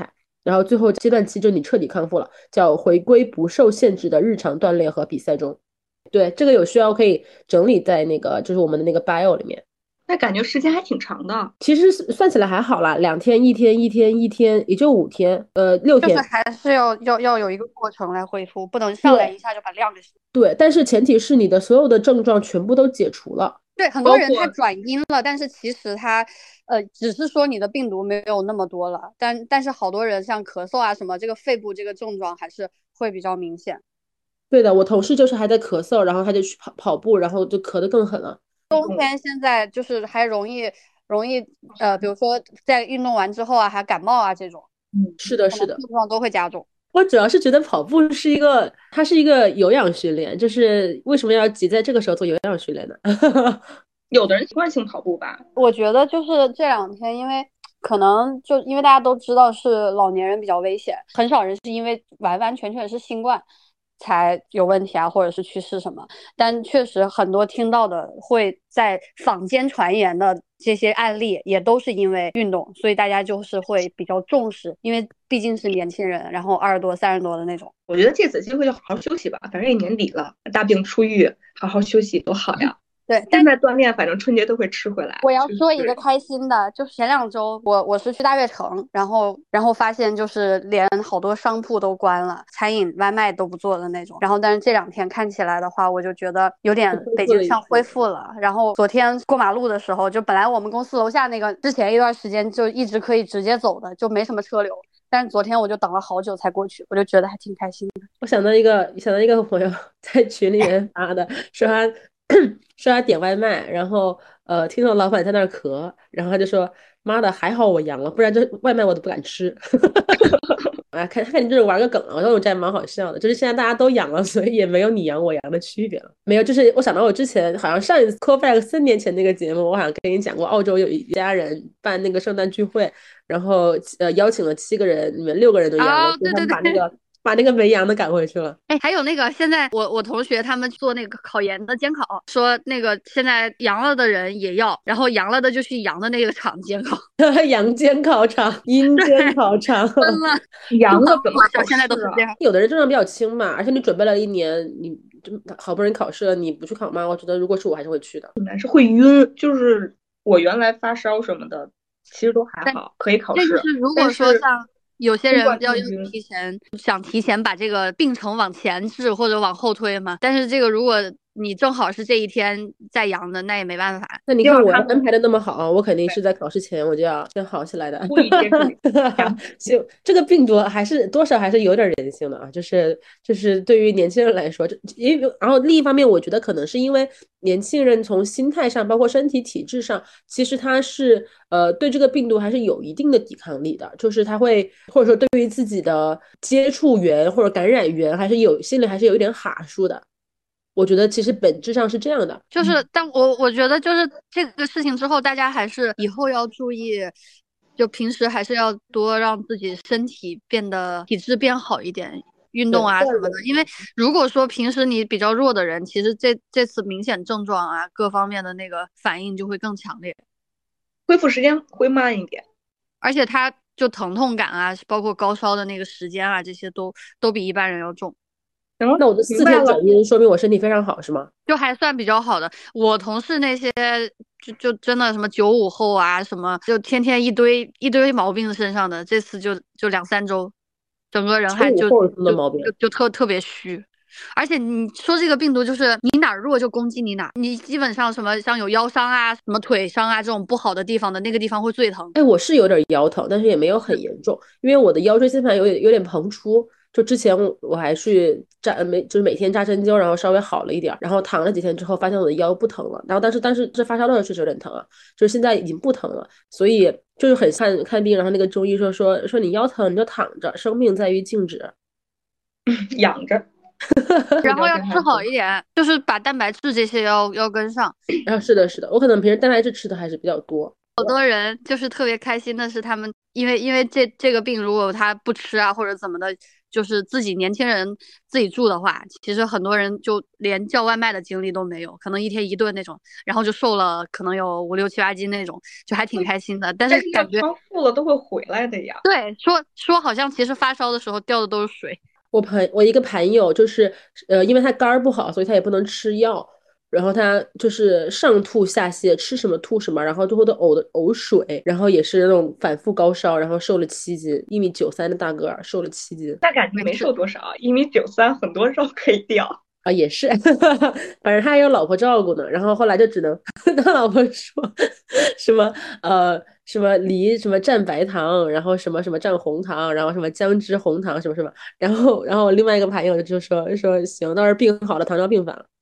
Speaker 2: 然后最后阶段期就你彻底康复了，叫回归不受限制的日常锻炼和比赛中。对，这个有需要可以整理在那个就是我们的那个 bio 里面。
Speaker 1: 那感觉时间还挺长的。
Speaker 2: 其实算起来还好啦，两天一天一天一天也就五天，呃六天。
Speaker 3: 就是还是要要要有一个过程来恢复，不能上来一下就把量给。
Speaker 2: 对，但是前提是你的所有的症状全部都解除了。
Speaker 3: 对，很多人他转阴了，但是其实他呃只是说你的病毒没有那么多了，但但是好多人像咳嗽啊什么，这个肺部这个症状还是会比较明显。
Speaker 2: 对的，我同事就是还在咳嗽，然后他就去跑跑步，然后就咳得更狠了。
Speaker 3: 冬天现在就是还容易容易呃，比如说在运动完之后啊，还感冒啊这种。
Speaker 2: 嗯，是的，是的，
Speaker 3: 症状都会加重。
Speaker 2: 我主要是觉得跑步是一个，它是一个有氧训练，就是为什么要挤在这个时候做有氧训练呢？
Speaker 1: 有的人习惯性跑步吧。
Speaker 3: 我觉得就是这两天，因为可能就因为大家都知道是老年人比较危险，很少人是因为完完全全是新冠才有问题啊，或者是去世什么。但确实很多听到的会在坊间传言的这些案例，也都是因为运动，所以大家就是会比较重视，因为毕竟是年轻人，然后二十多、三十多的那种。
Speaker 1: 我觉得借此机会就好好休息吧，反正也年底了，大病初愈，好好休息多好呀。
Speaker 3: 对，
Speaker 1: 现在锻炼，反正春节都会吃回来。
Speaker 3: 我要说一个开心的，就是前两周我我是去大悦城，然后然后发现就是连好多商铺都关了，餐饮外卖都不做的那种。然后但是这两天看起来的话，我就觉得有点北京像恢复了。然后昨天过马路的时候，就本来我们公司楼下那个之前一段时间就一直可以直接走的，就没什么车流。但是昨天我就等了好久才过去，我就觉得还挺开心的。
Speaker 2: 我想到一个想到一个朋友在群里面发的，说他说他点外卖，然后呃听到老板在那儿咳，然后他就说妈的还好我阳了，不然这外卖我都不敢吃。啊，看看你这是玩个梗啊，我觉得我这还蛮好笑的，就是现在大家都阳了，所以也没有你阳我阳的区别了。没有，就是我想到我之前好像上一次 callback 三年前那个节目，我好像跟你讲过，澳洲有一家人办那个圣诞聚会，然后呃邀请了七个人，里面六个人都阳了，
Speaker 3: 哦，对对对，
Speaker 2: 把那个把那个没阳的赶回去了。
Speaker 3: 哎，还有那个，现在我我同学他们做那个考研的监考，说那个现在阳了的人也要，然后阳了的就去阳的那个厂监考，
Speaker 2: 阳监考场、阴监考场，
Speaker 3: 分了，
Speaker 1: 阳了怎么考试啊？
Speaker 3: 现在都是这样。
Speaker 2: 有的人症状比较轻嘛，而且你准备了一年，你好不容易考试了，你不去考吗？我觉得如果是我还是会去的。
Speaker 1: 难是会晕，就是我原来发烧什么的，其实都还好，可以考试。
Speaker 3: 就是如果说像有些人要要
Speaker 1: 晕
Speaker 3: 提前想提前把这个病程往前治或者往后推嘛，但是这个如果你正好是这一天在阳的，那也没办法。
Speaker 2: 那你看我安排的那么好，我肯定是在考试前我就要先好起来的。
Speaker 1: 故意接触你
Speaker 2: 就这个病毒还是多少还是有点人性的啊，就是就是对于年轻人来说，因为然后另一方面，我觉得可能是因为年轻人从心态上，包括身体体质上，其实他是呃对这个病毒还是有一定的抵抗力的，就是他会或者说对于自己的接触源或者感染源还是有心里还是有一点哈数的。我觉得其实本质上是这样的，
Speaker 3: 就是，但我我觉得就是这个事情之后，大家还是以后要注意，就平时还是要多让自己身体变得体质变好一点，运动啊什么的。因为如果说平时你比较弱的人，其实这这次明显症状啊各方面的那个反应就会更强烈，
Speaker 1: 恢复时间会慢一点，
Speaker 3: 而且它就疼痛感啊，包括高烧的那个时间啊，这些都都比一般人要重。
Speaker 2: 那我的四天转阴说明我身体非常好是吗？
Speaker 3: 就还算比较好的。我同事那些就就真的什么九五后啊，什么就天天一堆一堆毛病身上的，这次就就两三周，整个人还就就就就特特别虚。而且你说这个病毒就是你哪儿弱就攻击你哪儿，你基本上什么像有腰伤啊、什么腿伤啊这种不好的地方的那个地方会最疼。
Speaker 2: 哎，我是有点腰疼，但是也没有很严重，因为我的腰椎间盘有点有点膨出。就之前我还去扎每就是每天扎针灸，然后稍微好了一点，然后躺了几天之后，发现我的腰不疼了。然后但是但是这发烧的时候确实有点疼啊，就是现在已经不疼了，所以就是很看看病，然后那个中医说说说你腰疼你就躺着，生命在于静止，
Speaker 1: 养着。
Speaker 3: 然后要吃好一点，就是把蛋白质这些要要跟上。
Speaker 2: 然后是的是的，我可能平时蛋白质吃的还是比较多。
Speaker 3: 好多人就是特别开心的是他们因为因为这这个病如果他不吃啊或者怎么的， 就是自己年轻人自己住的话，其实很多人就连叫外卖的精力都没有，可能一天一顿那种，然后就瘦了可能有五六七八斤那种，就还挺开心的。但是感觉
Speaker 1: 康复了都会回来的呀。
Speaker 3: 对，说说好像其实发烧的时候掉的都是水。
Speaker 2: 我朋我一个朋友就是，呃，因为他肝儿不好，所以他也不能吃药，然后他就是上吐下泻，吃什么吐什么，然后最后都呕的呕水，然后也是那种反复高烧，然后瘦了七斤，一米九三的大个儿瘦了七斤。
Speaker 1: 那感觉没瘦多少，一米九三很多肉可以掉。
Speaker 2: 啊，也是，反正他还有老婆照顾呢，然后后来就只能他老婆说什么呃什么梨什么蘸白糖，然后什么什么蘸红糖，然后什么姜汁红糖什么什么，然后然后另外一个朋友就说说行，到时候病好了糖尿病犯了。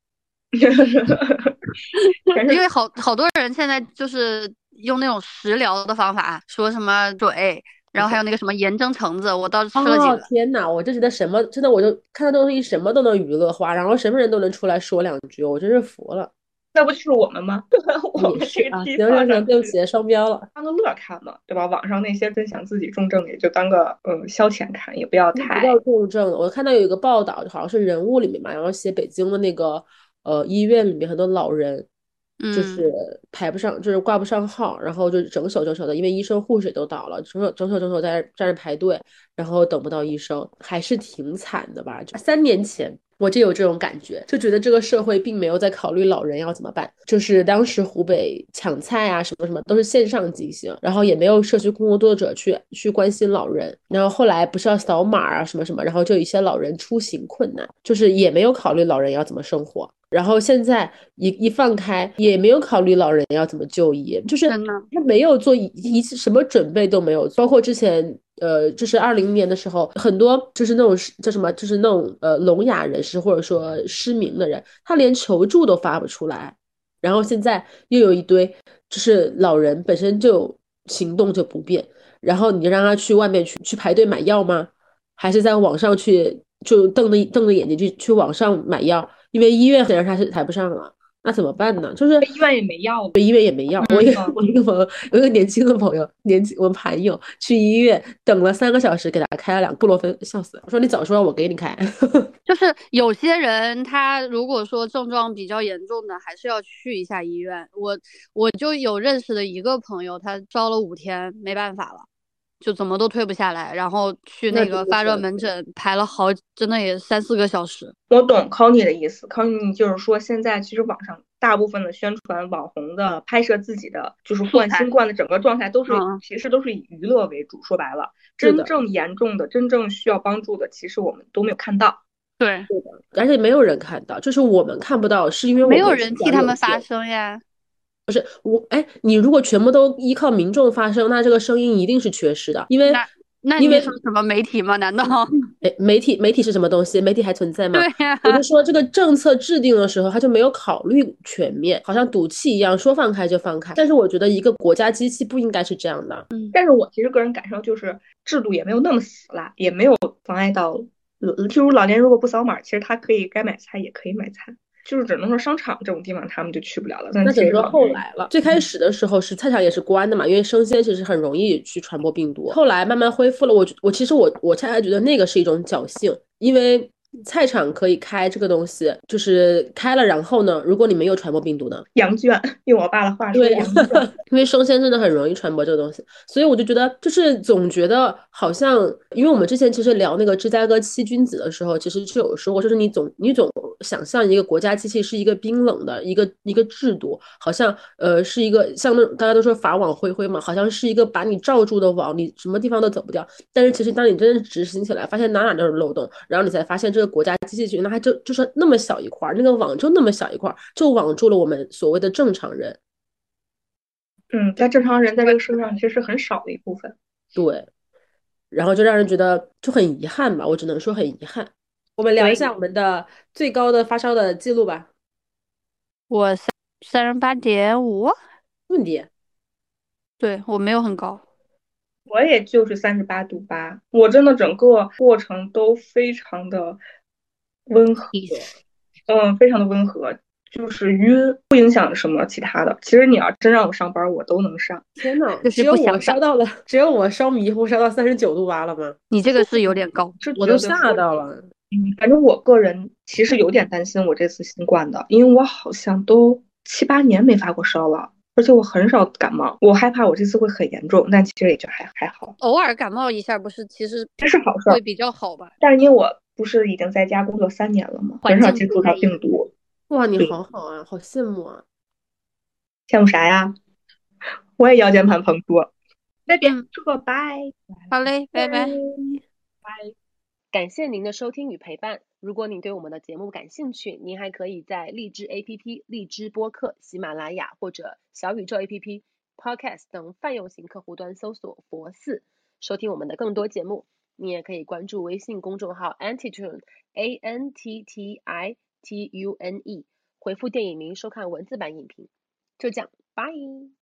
Speaker 3: 因为好好多人现在就是用那种食疗的方法，说什么水。然后还有那个什么盐蒸橙子，我倒是吃了几个。
Speaker 2: 哦、天哪，我就觉得什么真的，我就看到东西什么都能娱乐化，然后什么人都能出来说两句，我真是服了。
Speaker 1: 那不就是我们吗？我们这个
Speaker 2: 啊，行行行，对不起，双标了。
Speaker 1: 当个乐看嘛，对吧？网上那些分享自己重症，也就当个嗯消遣看，也不要太。
Speaker 2: 不叫重症，我看到有一个报道，好像是人物里面嘛，然后写北京的那个呃医院里面很多老人。就是排不上，就是挂不上号，然后就整宿整宿的，因为医生护士都倒了，整宿整宿整宿在站着排队，然后等不到医生，还是挺惨的吧。三年前我就有这种感觉，就觉得这个社会并没有在考虑老人要怎么办。就是当时湖北抢菜啊什么什么都是线上进行，然后也没有社区工作者去去关心老人。然后后来不是要扫码啊什么什么，然后就有一些老人出行困难，就是也没有考虑老人要怎么生活。然后现在一一放开，也没有考虑老人要怎么就医，就是他没有做一一什么准备都没有，包括之前呃，就是二零年的时候，很多就是那种叫什么，就是那种呃聋哑人士或者说失明的人，他连求助都发不出来。然后现在又有一堆就是老人本身就行动就不便，然后你让他去外面去去排队买药吗？还是在网上去就瞪着瞪着眼睛去去网上买药？因为医院显然他是排不上了，那怎么办呢？就是
Speaker 1: 医院也没药，
Speaker 2: 医院也没药。我一个我一个朋友，有一个年轻的朋友，年轻我朋友去医院等了三个小时，给他开了两布洛芬，笑死了。我说你早说我给你开。
Speaker 3: 就是有些人他如果说症状比较严重的，还是要去一下医院。我我就有认识的一个朋友，他烧了五天，没办法了。就怎么都退不下来，然后去那个发热门诊排了好，真的也三四个小时。
Speaker 1: 我懂 Connie 的意思 ，Connie 就是说，现在其实网上大部分的宣传网红的拍摄自己的就是患新冠的整个状态都是，
Speaker 3: 嗯、
Speaker 1: 其实都是以娱乐为主。说白了，真正严重的、真正需要帮助的，其实我们都没有看到。
Speaker 3: 对，
Speaker 2: 对的，而且没有人看到，就是我们看不到，是因为我们
Speaker 3: 没有人替他们发声呀。
Speaker 2: 不是我，哎，你如果全部都依靠民众发声，那这个声音一定是缺失的，因为
Speaker 3: 那那你说什么媒体吗？难道？
Speaker 2: 哎，媒体媒体是什么东西？媒体还存在吗？
Speaker 3: 对呀、啊，
Speaker 2: 我就说这个政策制定的时候，他就没有考虑全面，好像赌气一样，说放开就放开。但是我觉得一个国家机器不应该是这样的。
Speaker 1: 嗯，但是我其实个人感受就是制度也没有那么死啦，也没有妨碍到，譬如老年如果不扫码，其实他可以该买菜也可以买菜。就是只能说商场这种地方他们就去不了了，
Speaker 2: 那只能说后来了。最开始的时候是菜场也是关的嘛，因为生鲜其实很容易去传播病毒。后来慢慢恢复了，我我其实我我恰恰觉得那个是一种侥幸，因为菜场可以开这个东西，就是开了，然后呢，如果你没有传播病毒呢？
Speaker 1: 羊圈，用我爸的话说，
Speaker 2: 对，因为生鲜真的很容易传播这个东西，所以我就觉得，就是总觉得好像，因为我们之前其实聊那个芝加哥七君子的时候，其实是有说过，就是你总你总想象一个国家机器是一个冰冷的一个一个制度，好像呃是一个像那大家都说法网恢恢嘛，好像是一个把你罩住的网，你什么地方都走不掉。但是其实当你真正执行起来，发现哪哪都是漏洞，然后你才发现这个国家机器那还就就是那么小一块，那个网就那么小一块，就网住了我们所谓的正常人。
Speaker 1: 嗯，在正常人在这个社会上其实是很少的一部分。
Speaker 2: 对，然后就让人觉得就很遗憾吧，我只能说很遗憾。我们聊一下我们的最高的发烧的记录吧。
Speaker 3: 我三三十八点五，
Speaker 2: 问题？
Speaker 3: 对，我没有很高，
Speaker 1: 我也就是三十八度八，我真的整个过程都非常的温和，嗯，非常的温和。 就是晕，不影响什么其他的。其实你要真让我上班，我都能上。
Speaker 2: 天呐，
Speaker 4: 就
Speaker 2: 只有我
Speaker 4: 是不想上。
Speaker 2: 烧到了，只有我烧迷糊烧到三十九度八了吗？
Speaker 4: 你这个是有点高。
Speaker 1: 是
Speaker 2: 我都
Speaker 1: 觉得说
Speaker 2: 吓到了。
Speaker 1: 嗯，反正我个人其实有点担心我这次新冠的，因为我好像都七八年没发过烧了，而且我很少感冒，我害怕我这次会很严重，但其实也就还还好，
Speaker 4: 偶尔感冒一下不是其实
Speaker 1: 这是好事儿。
Speaker 4: 会比较好吧？
Speaker 1: 但是因为我不是已经在家工作三年了吗，
Speaker 4: 环
Speaker 1: 很少
Speaker 4: 境不一
Speaker 1: 接触到病毒。
Speaker 2: 哇，你
Speaker 1: 对，
Speaker 2: 好好啊，好羡慕啊！
Speaker 1: 羡慕啥呀？我也腰间盘膨缩。再见，
Speaker 4: 嗯，
Speaker 1: 说个拜
Speaker 4: 好嘞，拜拜。
Speaker 1: 拜。
Speaker 2: 感谢您的收听与陪伴。如果你对我们的节目感兴趣，您还可以在荔枝 A P P、荔枝播客、喜马拉雅或者小宇宙 A P P、Podcast 等泛用型客户端搜索佛寺，收听我们的更多节目。你也可以关注微信公众号 Antitune A N T T I T U N E， 回复电影名收看文字版影评。就这样，拜。